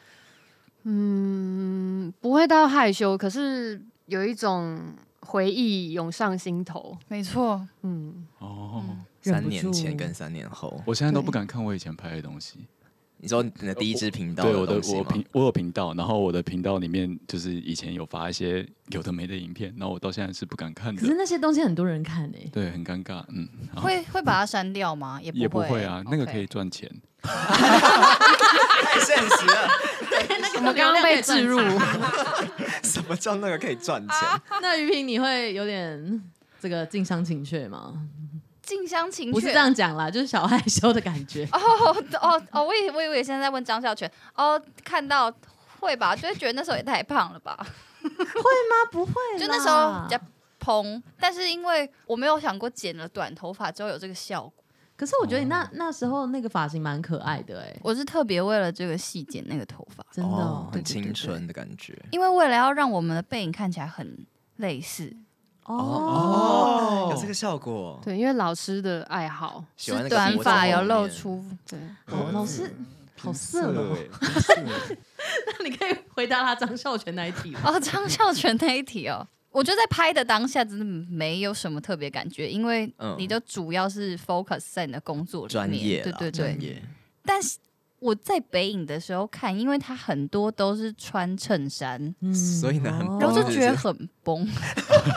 嗯，不会到害羞，可是有一种回忆涌上心头。
没错，
嗯，
哦，
三
忍不住
年前跟三年后，
我现在都不敢看我以前拍的东西。
你说你的第一支频道
对，我的
东西吗
我频我有频道，然后我的频道里面就是以前有发一些有的没的影片，然后我到现在是不敢看的。
可是那些东西很多人看哎、
对，很尴尬，嗯，然后
会会把它删掉吗？也
也不
会
会啊，那个
OK
可以赚钱。
太现实了。
我们刚刚被置入，
什么叫那个可以赚钱？
那于萍，你会有点这个近乡情怯吗？
近乡情
不是
怯
这样讲啦，就是小害羞的感觉。
哦哦哦，我以我以为现在在问张孝全哦，看到会吧，就会觉得那时候也太胖了吧，
啊，不会啦，
就那时候比较蓬，但是因为我没有想过剪了短头发之后有这个效果，
可是我觉得你那、那时候那个发型蛮可爱的哎、
我是特别为了这个戏剪那个头发，
真的、哦
哦，很
对对对
青春的感觉。
因为为了要让我们的背影看起来很类似，
哦
哦，有这个效果。
对，因为老师的爱好，
喜欢那
是短
个鼻子
发有
后面
露出，
对，
哦老师好色哦。
欸，
那你可以回答他张孝全那一题吗？
哦，张孝全那一题哦，我觉得在拍的当下真的没有什么特别感觉，因为
嗯
你就主要是 focus 在你的工作里面，
专业啦，
对对对。
专业。
但是我在北影的时候看，因为他很多都是穿衬衫，
嗯
所以呢很
哦
然后就觉得很崩，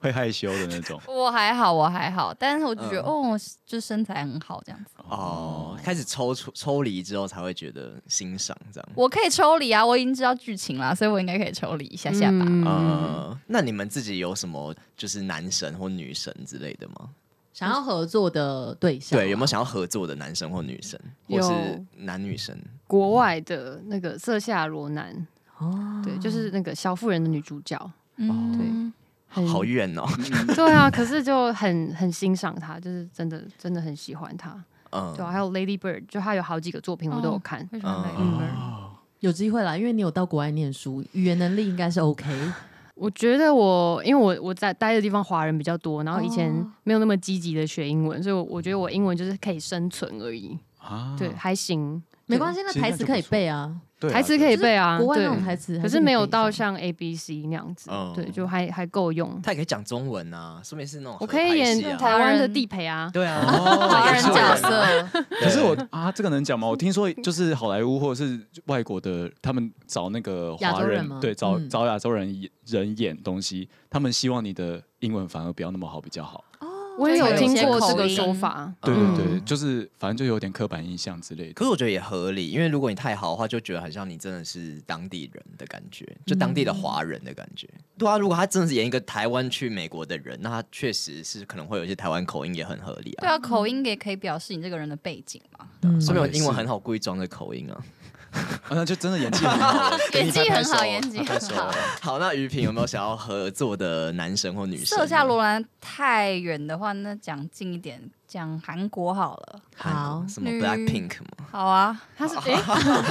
会害羞的那种。
我还好，我还好，但是我就觉得、
嗯
哦，就身材很好这样子。
哦，开始抽出抽离之后才会觉得欣赏这样。
我可以抽离啊，我已经知道剧情啦，所以我应该可以抽离一下下吧。
嗯
呃，那你们自己有什么就是男神或女神之类的吗？
想要合作的对象，
对，有没有想要合作的男生或女生，或
有
是男女生？
国外的那个瑟夏罗南，
哦，
对，就是那个小妇人的女主角，
嗯，
很
好远哦。
对啊，可是就很很欣赏她，就是真的真的很喜欢她。
嗯
对啊，还有 Lady Bird，就她有好几个作品我都有看。
非常美。
嗯
哦，
有机会啦，因为你有到国外念书，语言能力应该是 OK。
我觉得我因为我我在待的地方华人比较多，然后以前
哦
没有那么积极的学英文，所以我我觉得我英文就是可以生存而已。
啊
对，还行，
没关系，那
其实那
台词可以
就不错
背啊，
对啊
台词可以背啊，
国外那种
对
台词，
可是没有到像 A B C 那样子，
嗯
对，就还还够用。
他也可以讲中文啊，说明是那种
我可以演
合拍戏啊
台湾的地陪啊，
对啊，
华人角色，
可是我啊，这个能讲吗？我听说就是好莱坞或者是外国的，他们找那个华
亚洲人吗
对，找
嗯
找亚洲人演人演东西，他们希望你的英文反而不要那么好比较好。
我也有听过这个
就有一些口音
说法。
对对对，
嗯
就是反正就有点刻板印象之类的。
可是我觉得也合理，因为如果你太好的话，就觉得好像你真的是当地人的感觉，就当地的华人的感觉。对啊，如果他真的是演一个台湾去美国的人，那他确实是可能会有一些台湾口音，也很合理啊。
对啊，口音也可以表示你这个人的背景嘛。
嗯
说明我英文很好，故意装的口音啊。
啊那就真的演技很好了，给你
演技很好，
拍拍手
演技很好。
好，那于平有没有想要合作的男生或女生？
瑟夏罗兰太远的话，那讲近一点，讲韩国好了。
韩国
好
什么
女
Blackpink 吗？
好啊，
他是诶，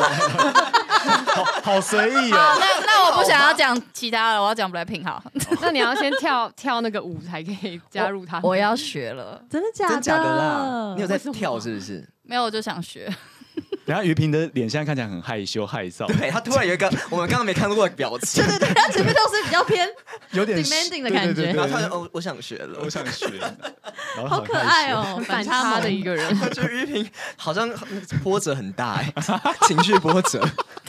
好随意
好，
哦。
那那我不想要讲其他了，我要讲 Blackpink 好。
那你要先跳跳那个舞才可以加入他。
我要学了，
真的假的？
真假的啦？你有在
为什么
跳是不是？
没有我就想学。
等下于平的脸现在看起来很害羞害臊，
对他突然有一个我们刚刚没看过的表情，对对对，
他前面都是比较偏
有点
demanding 的感觉
对对对对
然后他就哦，我想学了
我。想学，然后
好可爱
哦。
哦，
反
差萌
差的一个人。
我觉得于平好像波折很大哎，情绪波折。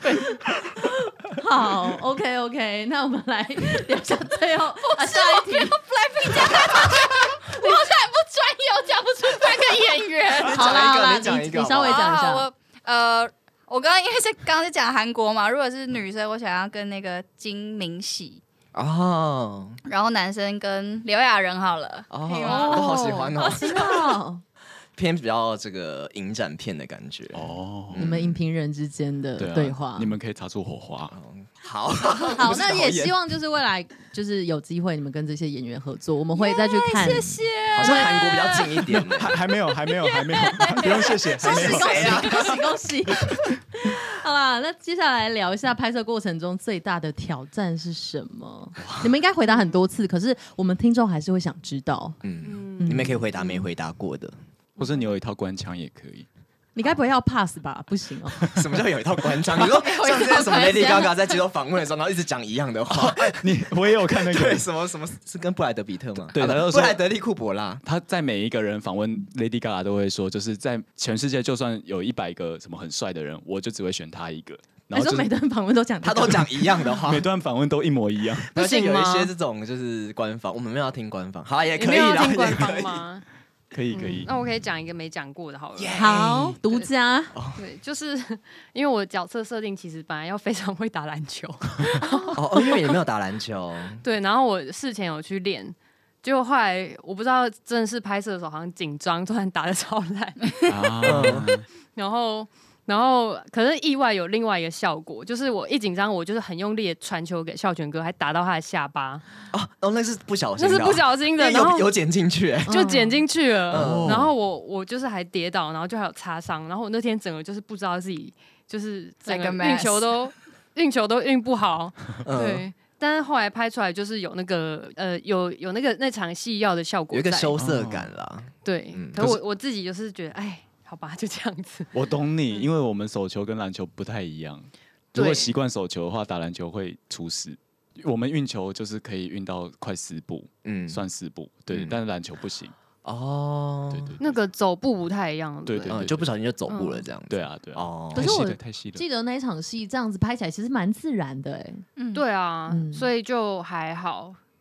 好 ，OK OK，那我们来聊一下最后啊下一题。
我好像很不专业，我讲不出这个演员。
好啦好啦，
你讲一个
你稍微讲一下。
好好我呃，我刚刚因为是刚刚是讲韩国嘛，如果是女生，我想要跟那个金明喜，
哦
然后男生跟刘亚仁好了。
哦，
可以吗
我好喜欢哦，
是哦，
偏比较这个影展片的感觉。
哦，
你们影评人之间的
对啊
对话，
你们可以擦出火花。
好，
好，
不是
那也
导演
希望就是未来就是有机会你们跟这些演员合作，我们会再去看。
谢谢。
好像韩国比较近一点呢。
还还没有，还没有，还没有，不用谢谢，还
恭喜
没有。
恭喜恭喜恭喜！好啦，那接下来聊一下拍摄过程中最大的挑战是什么？你们应该回答很多次，可是我们听众还是会想知道。
嗯，你们也可以回答没回答过的。
或者你有一套官腔也可以。
你该不会要 pass 吧？不行哦。
什么叫有一套官腔？你说像之前什么 Lady Gaga 在接受访问的时候，然后一直讲一样的话，
你我也有看那
对，
个，
什么什么是跟布莱德比特吗？啊不
对他就说
布莱德利库珀拉。
他在每一个人访问 Lady Gaga 都会说，就是在全世界就算有一百个什么很帅的人，我就只会选他一个。然
你说
后就是
每段访问都讲这个，
他都讲一样的话
每，段访问都一模一样。
而且有一
不行吗
些这种就是官方，我们没有要听官方，好啊也
你没有
可以啦，
听官
也可以
方吗？
可以可以
嗯，那我可以讲一个没讲过的好了。
好独家。
对，就是因为我角色设定其实本来要非常会打篮球，
哦哦，因为你没有打篮球，
对，然后我事前有去练，结果后来我不知道真的是拍摄的时候好像紧张，突然打的超烂，
啊，
然后。然后，可是意外有另外一个效果，就是我一紧张，我就是很用力的传球给孝全哥，还打到他的下巴，
哦哦，那是不小心的哦，
那是不小心的，
因为
然后
有有剪进去，哎
就剪进去了。
嗯
然后我我就是还跌倒，然后就还有擦伤，然后我那天整个就是不知道自己就是整个
Like a mess
运球都运球都运不好，
嗯
对。但是后来拍出来就是有那个呃有有那个那场戏要的效果在，
有一个羞涩感啦。
对。
嗯
可是我我自己就是觉得，哎，好吧，就这样子。
我懂你，因为我们手球跟篮球不太一样。
对
如果习惯手球的话，打篮球会出事。我们运球就是可以运到快四步，
嗯，
算四步，对。
嗯
但是篮球不行，
哦，
对对
那个走步不太一样，不
对对
嗯，就不小心就走步了这样子。
对啊对啊。
哦，
可是我
太细了，太细了。
记得那一场戏这样子拍起来其实蛮自然的哎。
嗯，
对啊，
嗯
所以就还好。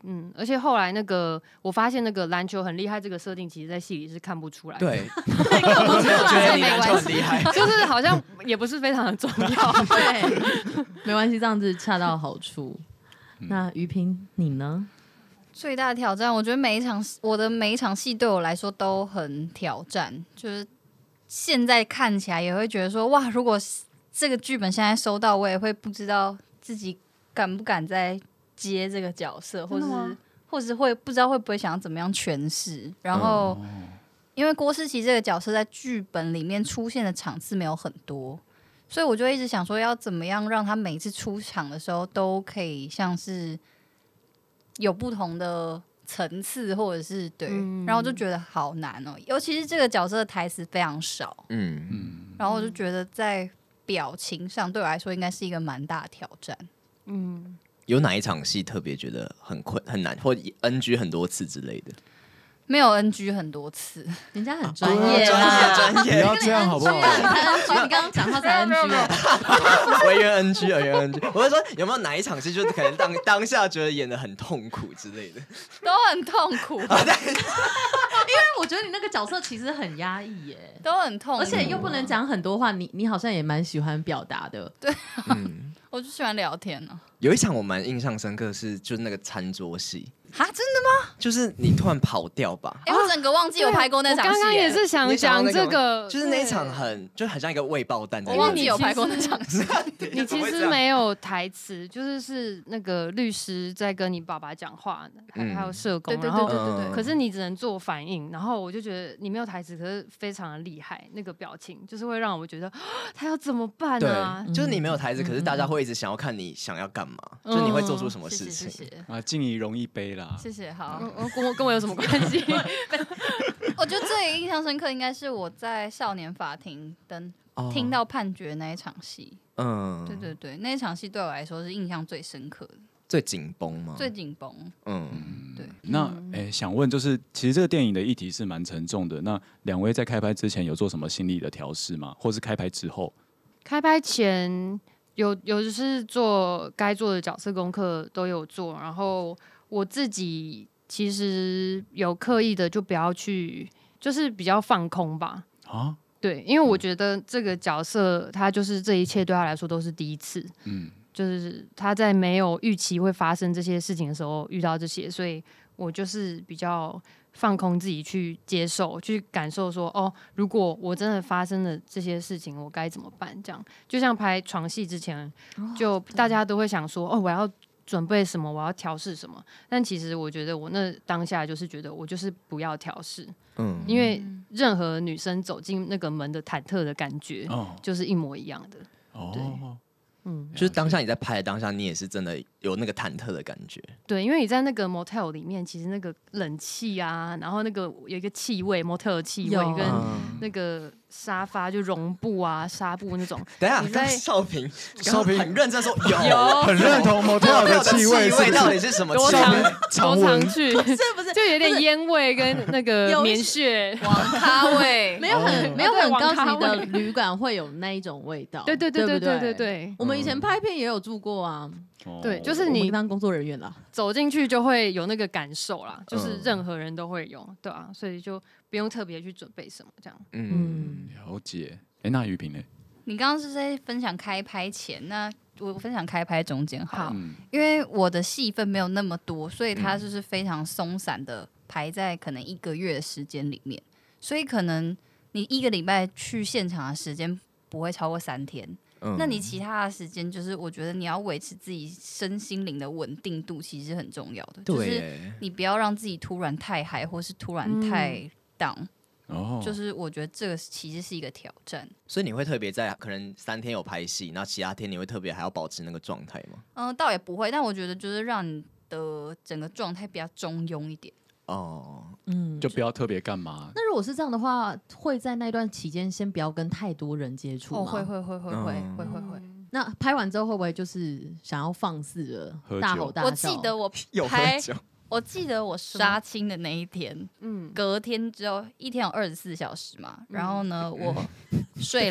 嗯，而且后来那个我发现那个篮球很厉害，这个设定其实在戏里是看不出来的。
对，我觉得你篮球很厉害，
就是好像也不是非常的重要。
对，没关系，这样子恰到好处。那于平你呢？
最大的挑战，我觉得每一场我的每一场戏对我来说都很挑战，就是现在看起来也会觉得说，哇，如果这个剧本现在收到，我也会不知道自己敢不敢再接这个角色，或者是或者是会不知道会不会想要怎么样诠释。然后，嗯、因为郭诗琪这个角色在剧本里面出现的场次没有很多，所以我就一直想说，要怎么样让他每次出场的时候都可以像是有不同的层次，或者是对，嗯、然后我就觉得好难哦，尤其是这个角色的台词非常少，嗯嗯，然后我就觉得在表情上对我来说应该是一个蛮大的挑战，
嗯。有哪一场戏特别觉得很困很难，或 N G 很多次之类的？
没有 N G 很多次，
人家很专业
啦，专业，
不要这样好不好？
你才 N G， 你刚刚讲话才 N G
哎，委员 N G， 委员 N G。我是说，有没有哪一场戏，就是可能当当下觉得演得很痛苦之类的？
都很痛苦，
因为我觉得你那个角色其实很压抑耶，
都很痛苦，
而且又不能讲很多话，你你好像也蛮喜欢表达的，
对，嗯，我就喜欢聊天呢。
有一场我蛮印象深刻是，就是那个餐桌戏。
哈，真的吗？
就是你突然跑掉吧？
哎、欸，我整个忘记有拍过那场戏。
我刚刚也是想讲这个，
就是那一场很，就很像一个未爆弹。
我忘记有拍过那场戏。
你其实没有台词，就是是那个律师在跟你爸爸讲话，还还有社工，然后可是你只能做反应。然后我就觉得你没有台词，可是非常的厉害，那个表情就是会让我觉得他要怎么办啊？
对，就是你没有台词，可是大家会一直想要看你想要干嘛，就是你会做出什么事情。
谢谢
啊，敬你容一杯啦。
谢谢，好。
跟我跟我有什么关系？
我觉得最印象深刻应该是我在少年法庭等、oh. 听到判决那一场戏。嗯，对对对，那一场戏对我来说是印象最深刻的。
最紧绷吗？
最紧绷。嗯，对。
那哎、欸，想问就是，其实这个电影的议题是蛮沉重的。那两位在开拍之前有做什么心理的调试吗？或是开拍之后？
开拍前有有就是做该做的角色功课都有做，然后我自己。其实有刻意的就不要去，就是比较放空吧。啊，对，因为我觉得这个角色他就是这一切对他来说都是第一次。嗯，就是他在没有预期会发生这些事情的时候遇到这些，所以我就是比较放空自己去接受，去感受说，哦，如果我真的发生了这些事情，我该怎么办？这样就像拍床戏之前，就大家都会想说，哦，我要。准备什么？我要调试什么？但其实我觉得，我那当下就是觉得，我就是不要调试，嗯，因为任何女生走进那个门的忐忑的感觉，哦、就是一模一样的。哦，对，
嗯，就是当下你在拍的当下，你也是真的有那个忐忑的感觉。
对，因为你在那个 motel 里面，其实那个冷气啊，然后那个有一个气味 motel 的气味，跟那个沙发就绒布啊、纱布那种。
等一下，你在少平，
少平
很认真说有，
有
很认同 motel 的气味，
气味到底是什么？
多常多常去，
不是不是，
就有点烟味跟那个棉絮、
网咖味，
没有很没有很高级的旅馆会有那一种味道。
对对对对对对对，
我们以前拍片也有住过啊。
对，就是你
当工作人员啦，
走进去就会有那个感受啦，就是任何人都会有，对啊，所以就不用特别去准备什么这样。
嗯，了解。哎，那于平呢？
你刚刚是在分享开拍前，那我分享开拍中间好，嗯、因为我的戏份没有那么多，所以它就是非常松散的排在可能一个月的时间里面，所以可能你一个礼拜去现场的时间不会超过三天。嗯、那你其他的时间，就是我觉得你要维持自己身心灵的稳定度，其实很重要的。就是你不要让自己突然太嗨，或是突然太 down。哦，就是我觉得这个其实是一个挑战。
所以你会特别在可能三天有拍戏，然后其他天你会特别还要保持那个状态吗？
嗯、呃，倒也不会，但我觉得就是让你的整个状态比较中庸一点。
哦，嗯，就不要特别干嘛。
那如果是这样的话，会在那段期间先不要跟太多人接触吗？
哦，会会会会会会会会。
那拍完之后会不会就是想要放肆了，大吼大叫？
我记得我拍，我记得我杀青的那一天，嗯，隔天之后一天有二十四小时嘛，然后呢，我睡了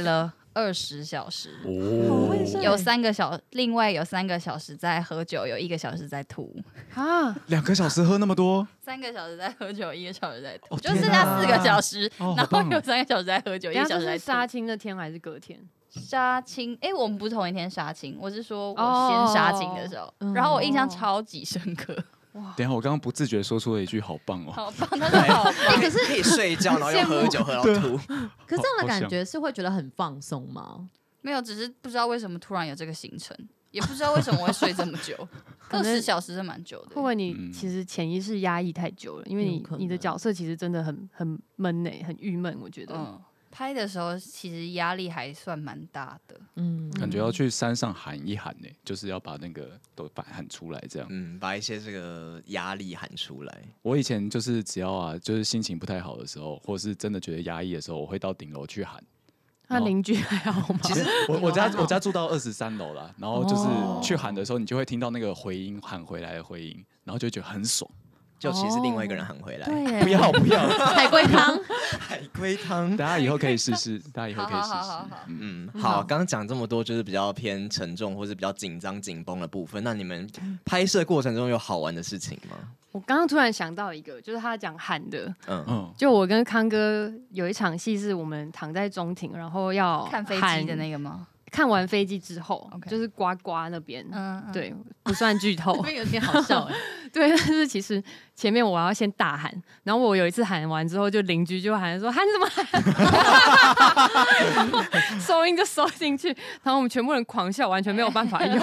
二十小时，
哦，
有三个小，另外有三个小时在喝酒，有一个小时在吐。
啊，
两个小时喝那么多，
三个小时在喝酒，一个小时在吐，
哦
就剩下四个小时，
哦
然后
好棒哦
有三个小时在喝酒，一
等一下这是
个小时在吐。
杀青那天还是隔天？
杀青，哎、我们不是同一天杀青，我是说我
哦
先杀青的时候，
嗯
然后我印象超级深刻，
等一下我刚刚不自觉说出了一句好棒哦，
好棒，他说好棒，
可是可以睡觉，然后又喝酒喝到吐。
可是这样的
好
感觉是会觉得很放松吗？
没有，只是不知道为什么突然有这个行程，也不知道为什么我会睡这么久，二十小时是蛮久的。
会不会你
嗯
其实潜意识压抑太久了？因为你
有可能
你的角色其实真的很很闷呢、很郁闷。我觉得，
嗯，拍的时候其实压力还算蛮大的。
嗯，
感觉要去山上喊一喊呢，就是要把那个都把喊出来这样。
嗯，把一些这个压力喊出来。
我以前就是只要啊，就是心情不太好的时候，或是真的觉得压抑的时候，我会到顶楼去喊。
那邻居还好吗？
其实
我我家
还好
我家住到二十三楼啦，然后就是
哦
去喊的时候，你就会听到那个回音喊回来的回音，然后就觉得很爽。
就其实另外一个人喊回来。
对耶，
不要不要，
海龟汤，
海龟汤。
大家以后可以试试，大家以后可以试试
好好好好好。
嗯，
嗯，好，刚刚讲这么多，就是比较偏沉重或是比较紧张紧绷的部分。那你们拍摄过程中有好玩的事情吗？
我刚刚突然想到一个，就是他讲喊的，
嗯，
嗯，
就我跟康哥有一场戏，是我们躺在中庭，然后要
看飞
喊
机的那个吗？
看完飞机之后
OK
就是呱呱那边，
嗯，嗯，
对，不算剧透
这，边有点好笑哎。
对，但是其实前面我要先大喊，然后我有一次喊完之后，就邻居就喊说喊什么喊，收音就收进去，然后我们全部人狂笑，完全没有办法用。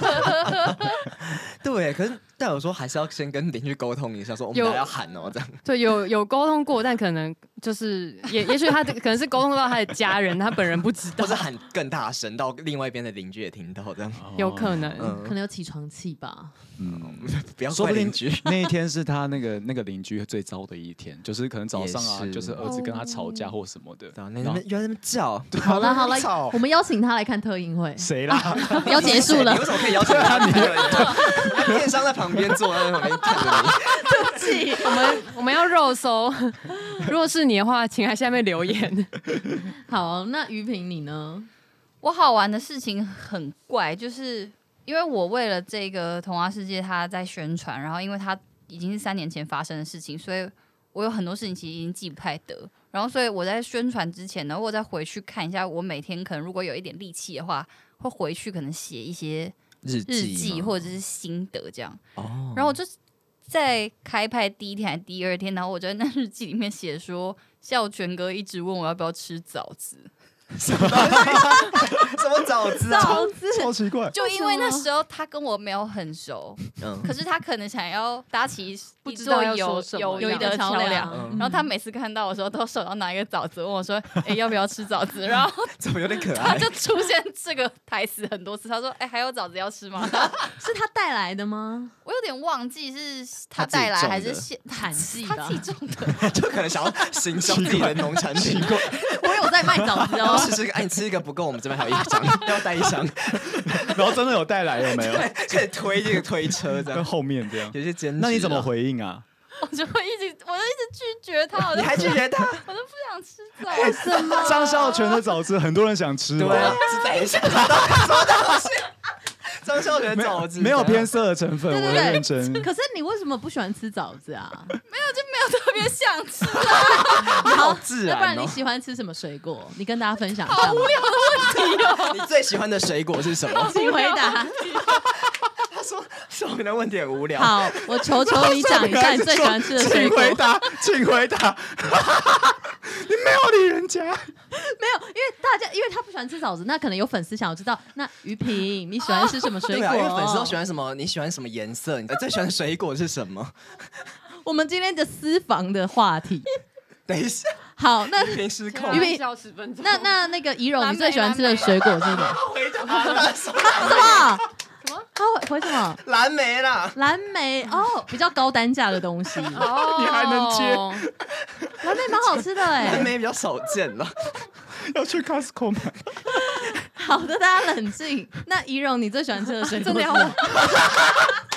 对，可是但有说还是要先跟邻居沟通一下，说我们
有
大家要喊哦，这样。
对，有有沟通过，但可能就是也也许他的可能是沟通到他的家人，他本人不知道
或者，喊更大声，到另外一边的邻居也听到，这样。
有可能。
嗯
可能有起床气吧。
嗯，
不要
说不定
怪邻居。
那一天是他那个那个邻居最糟的一天，就是可能早上啊，
也是
就是儿子跟他吵架或什么的。
对啊，那边又在那边叫，
好了好了
吵，
我们邀请他来看特映会，
谁啦？
要结束了
你为。什么可以邀请他？你电商在旁边坐，在旁边看着你。
我们我们要肉搜，如果是你的话，请在下面留言。
好，那于平你呢？
我好玩的事情很怪，就是因为我为了这个童话世界，它在宣传，然后因为它已经是三年前发生的事情，所以我有很多事情其实已经记不太得。然后，所以我在宣传之前呢，我再回去看一下，我每天可能如果有一点力气的话，会回去可能写一些
日
日记
吗
或者是心得这样。
哦，
然后我就在开拍第一天还是第二天，然后我就在那日记里面写说，下午全哥一直问我要不要吃枣子。
什么什么枣子啊？
枣子
超奇怪。
就因为那时候他跟我没有很熟，
嗯
可是他可能想要搭起
不
一座
知道要
友
说什么
友谊的
有一个桥
桥梁
梁，
嗯
然后他每次看到我的时候，都手上拿一个枣子，问我说：“哎、要不要吃枣子？”然后
怎么有点可爱？
他就出现这个台词很多次。他说：“哎、还有枣子要吃吗？”
是他带来的吗？
我有点忘记是他
他自己
带来
种的
还是现
产季吧
他自己种的。
就可能想要行销自己的农产品。
我有在卖枣子
然后
哦。
试试看，哎，你吃一个不够，我们这边还有一箱，要带一箱，
然后真的有带来有没有？
可以推这个推车这
跟
样。
后面这样。
有些兼职啊，
那你怎么回应啊？
我就会一直，我就一直拒绝他，我就
你还拒绝他？
我就不想吃枣子。
什么？
张孝全的枣子很多人想吃
对啊
吧？，
是等一下，什么东西？张孝全
没
枣子
有没有偏色的成分，我
对对对
认真。
可是你为什么不喜欢吃枣子啊？
没有特别想吃啊，
好自
要不然
然哦。
你喜欢吃什么水果？你跟大家分享一下嘛。
你最喜欢的水果是什么？
请回答。
他说说明的问题很无聊。
好，我求求你讲一下你最喜欢吃的水果。
请回答，请回答。你没有理人家。
没有，因为大家因为他不喜欢吃枣子，那可能有粉丝想要知道，那于平你喜欢吃什么水果？
对啊，因为粉丝都喜欢什么？你喜欢什么颜色？你最喜欢的水果是什么？
我们今天的私房的话题。
等一下，
好，那
平时控
因为
笑十分钟。
那那那个怡柔，
蓝莓
你最喜欢吃的水果是什么？
回答他说
什么？什么？他回回什么？
蓝莓啦。
蓝莓哦，比较高单价的东西。
哦，
你还能接
蓝莓蛮好吃的哎。
蓝莓比较少见了。
要去 Costco 买。
好的，大家冷静。那怡柔，你最喜欢吃的水果？
真的要
是什么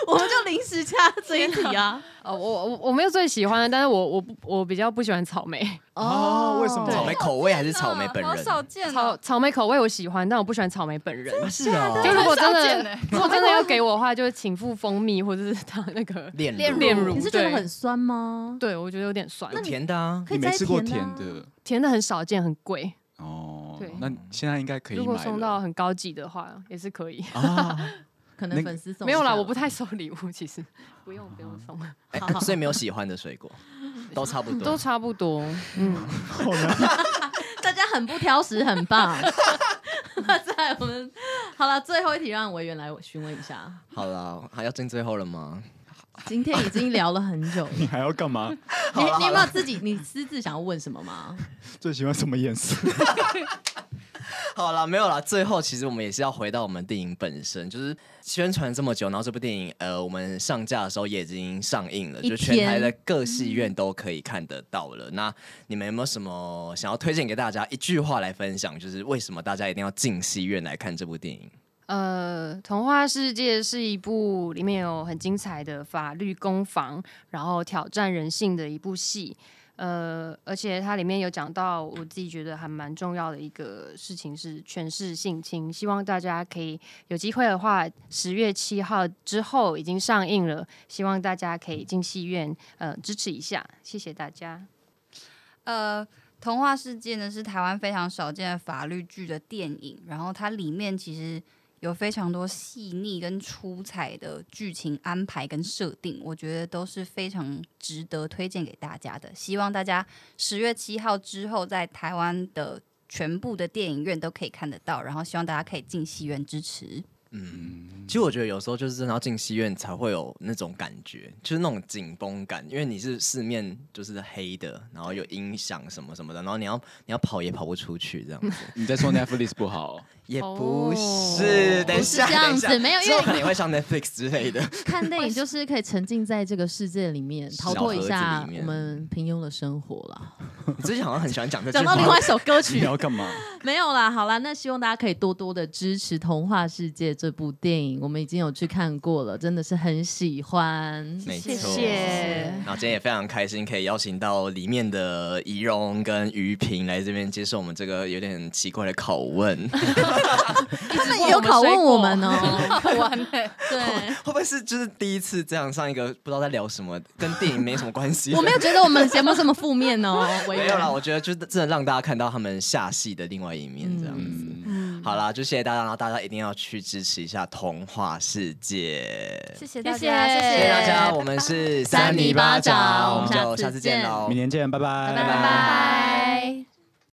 我们就临时加这一题啊。
哦，我我我没有最喜欢的，但是我我不我比较不喜欢草莓。
哦为什么
草莓口味还是草莓本
好
人？
少见
草
哦。
草莓口味我喜欢，但我不喜欢草莓本人。
是哦，
就如果真
很少见
的
欸
如果真的要给我的话，就请付蜂蜜或者是它那个
炼
炼
乳
炼乳。
你是觉得
对
很酸吗？
对，我觉得有点酸，
甜的啊，
可以摘
你没吃过
甜的啊
甜的
甜的很少见，很贵。
哦
对？
那现在应该可以
如果
买
送到
了
很高级的话，也是可以。
啊。
可能粉丝送
没有啦，
一下
我不太收礼物，其实不用不用送，
哎
好好
所以没有喜欢的水果，都差不多。
都差不多。嗯，
大家很不挑食，很棒。在我们好了，最后一题让委员来询问一下。
好了，还要进最后了吗？
今天已经聊了很久了，
你还要干嘛？
你你有没有自己你私自想要问什么吗？
最喜欢什么颜色？
好啦，没有啦。最后，其实我们也是要回到我们电影本身，就是宣传这么久，然后这部电影，呃，我们上架的时候也已经上映了，
一
就全台的
天
各戏院都可以看得到了。那你们有没有什么想要推荐给大家？一句话来分享，就是为什么大家一定要进戏院来看这部电影？
呃，《童话世界》是一部里面有很精彩的法律攻防，然后挑战人性的一部戏。呃，而且它里面有讲到我自己觉得还蛮重要的一个事情是权势性侵，希望大家可以有机会的话，十月七号之后已经上映了，希望大家可以进戏院呃支持一下，谢谢大家。
呃，童话世界呢是台湾非常少见的法律剧的电影，然后它里面其实有非常多细腻跟出彩的剧情安排跟设定，我觉得都是非常值得推荐给大家的。希望大家十月七号之后在台湾的全部的电影院都可以看得到，然后希望大家可以进戏院支持。
嗯，其实我觉得有时候就是真的要进戏院才会有那种感觉，就是那种紧绷感，因为你是四面就是黑的，然后有音响什么什么的，然后你要你要跑也跑不出去这样子。
你在说 Netflix 不好？
也不是，
哦
等一下，
不是这样子
等一下
没有因为
之后可能也会上 Netflix 之类的。
看电影就是可以沉浸在这个世界里面，逃脱一
小盒
下
子里面
我们平庸的生活啦。
你之前好像很喜欢讲这句话。
讲到另外一首歌
你
曲，
要干嘛？
没有啦，好啦，那希望大家可以多多的支持《童话世界》这部电影，我们已经有去看过了，真的是很喜欢。
谢
没错。
谢。
然后今天也非常开心，可以邀请到里面的仪容跟于平来这边接受我们这个有点奇怪的拷问。
他们也有拷问我们哦、
好玩欸
对，
会不会是就是第一次这样上一个不知道在聊什么，跟电影没什么关系？
我没有觉得我们的节目这么负面哦、委员
没有啦，我觉得就是真的让大家看到他们下戏的另外一面，这样子。
嗯，
好啦，就谢谢大家，然后大家一定要去支持一下《童话世界》。
谢谢大家，
谢谢
谢
谢谢大家，我们是
三尼巴掌
我们就
下次
下次见
见
喽，
明年见，拜拜，
拜拜。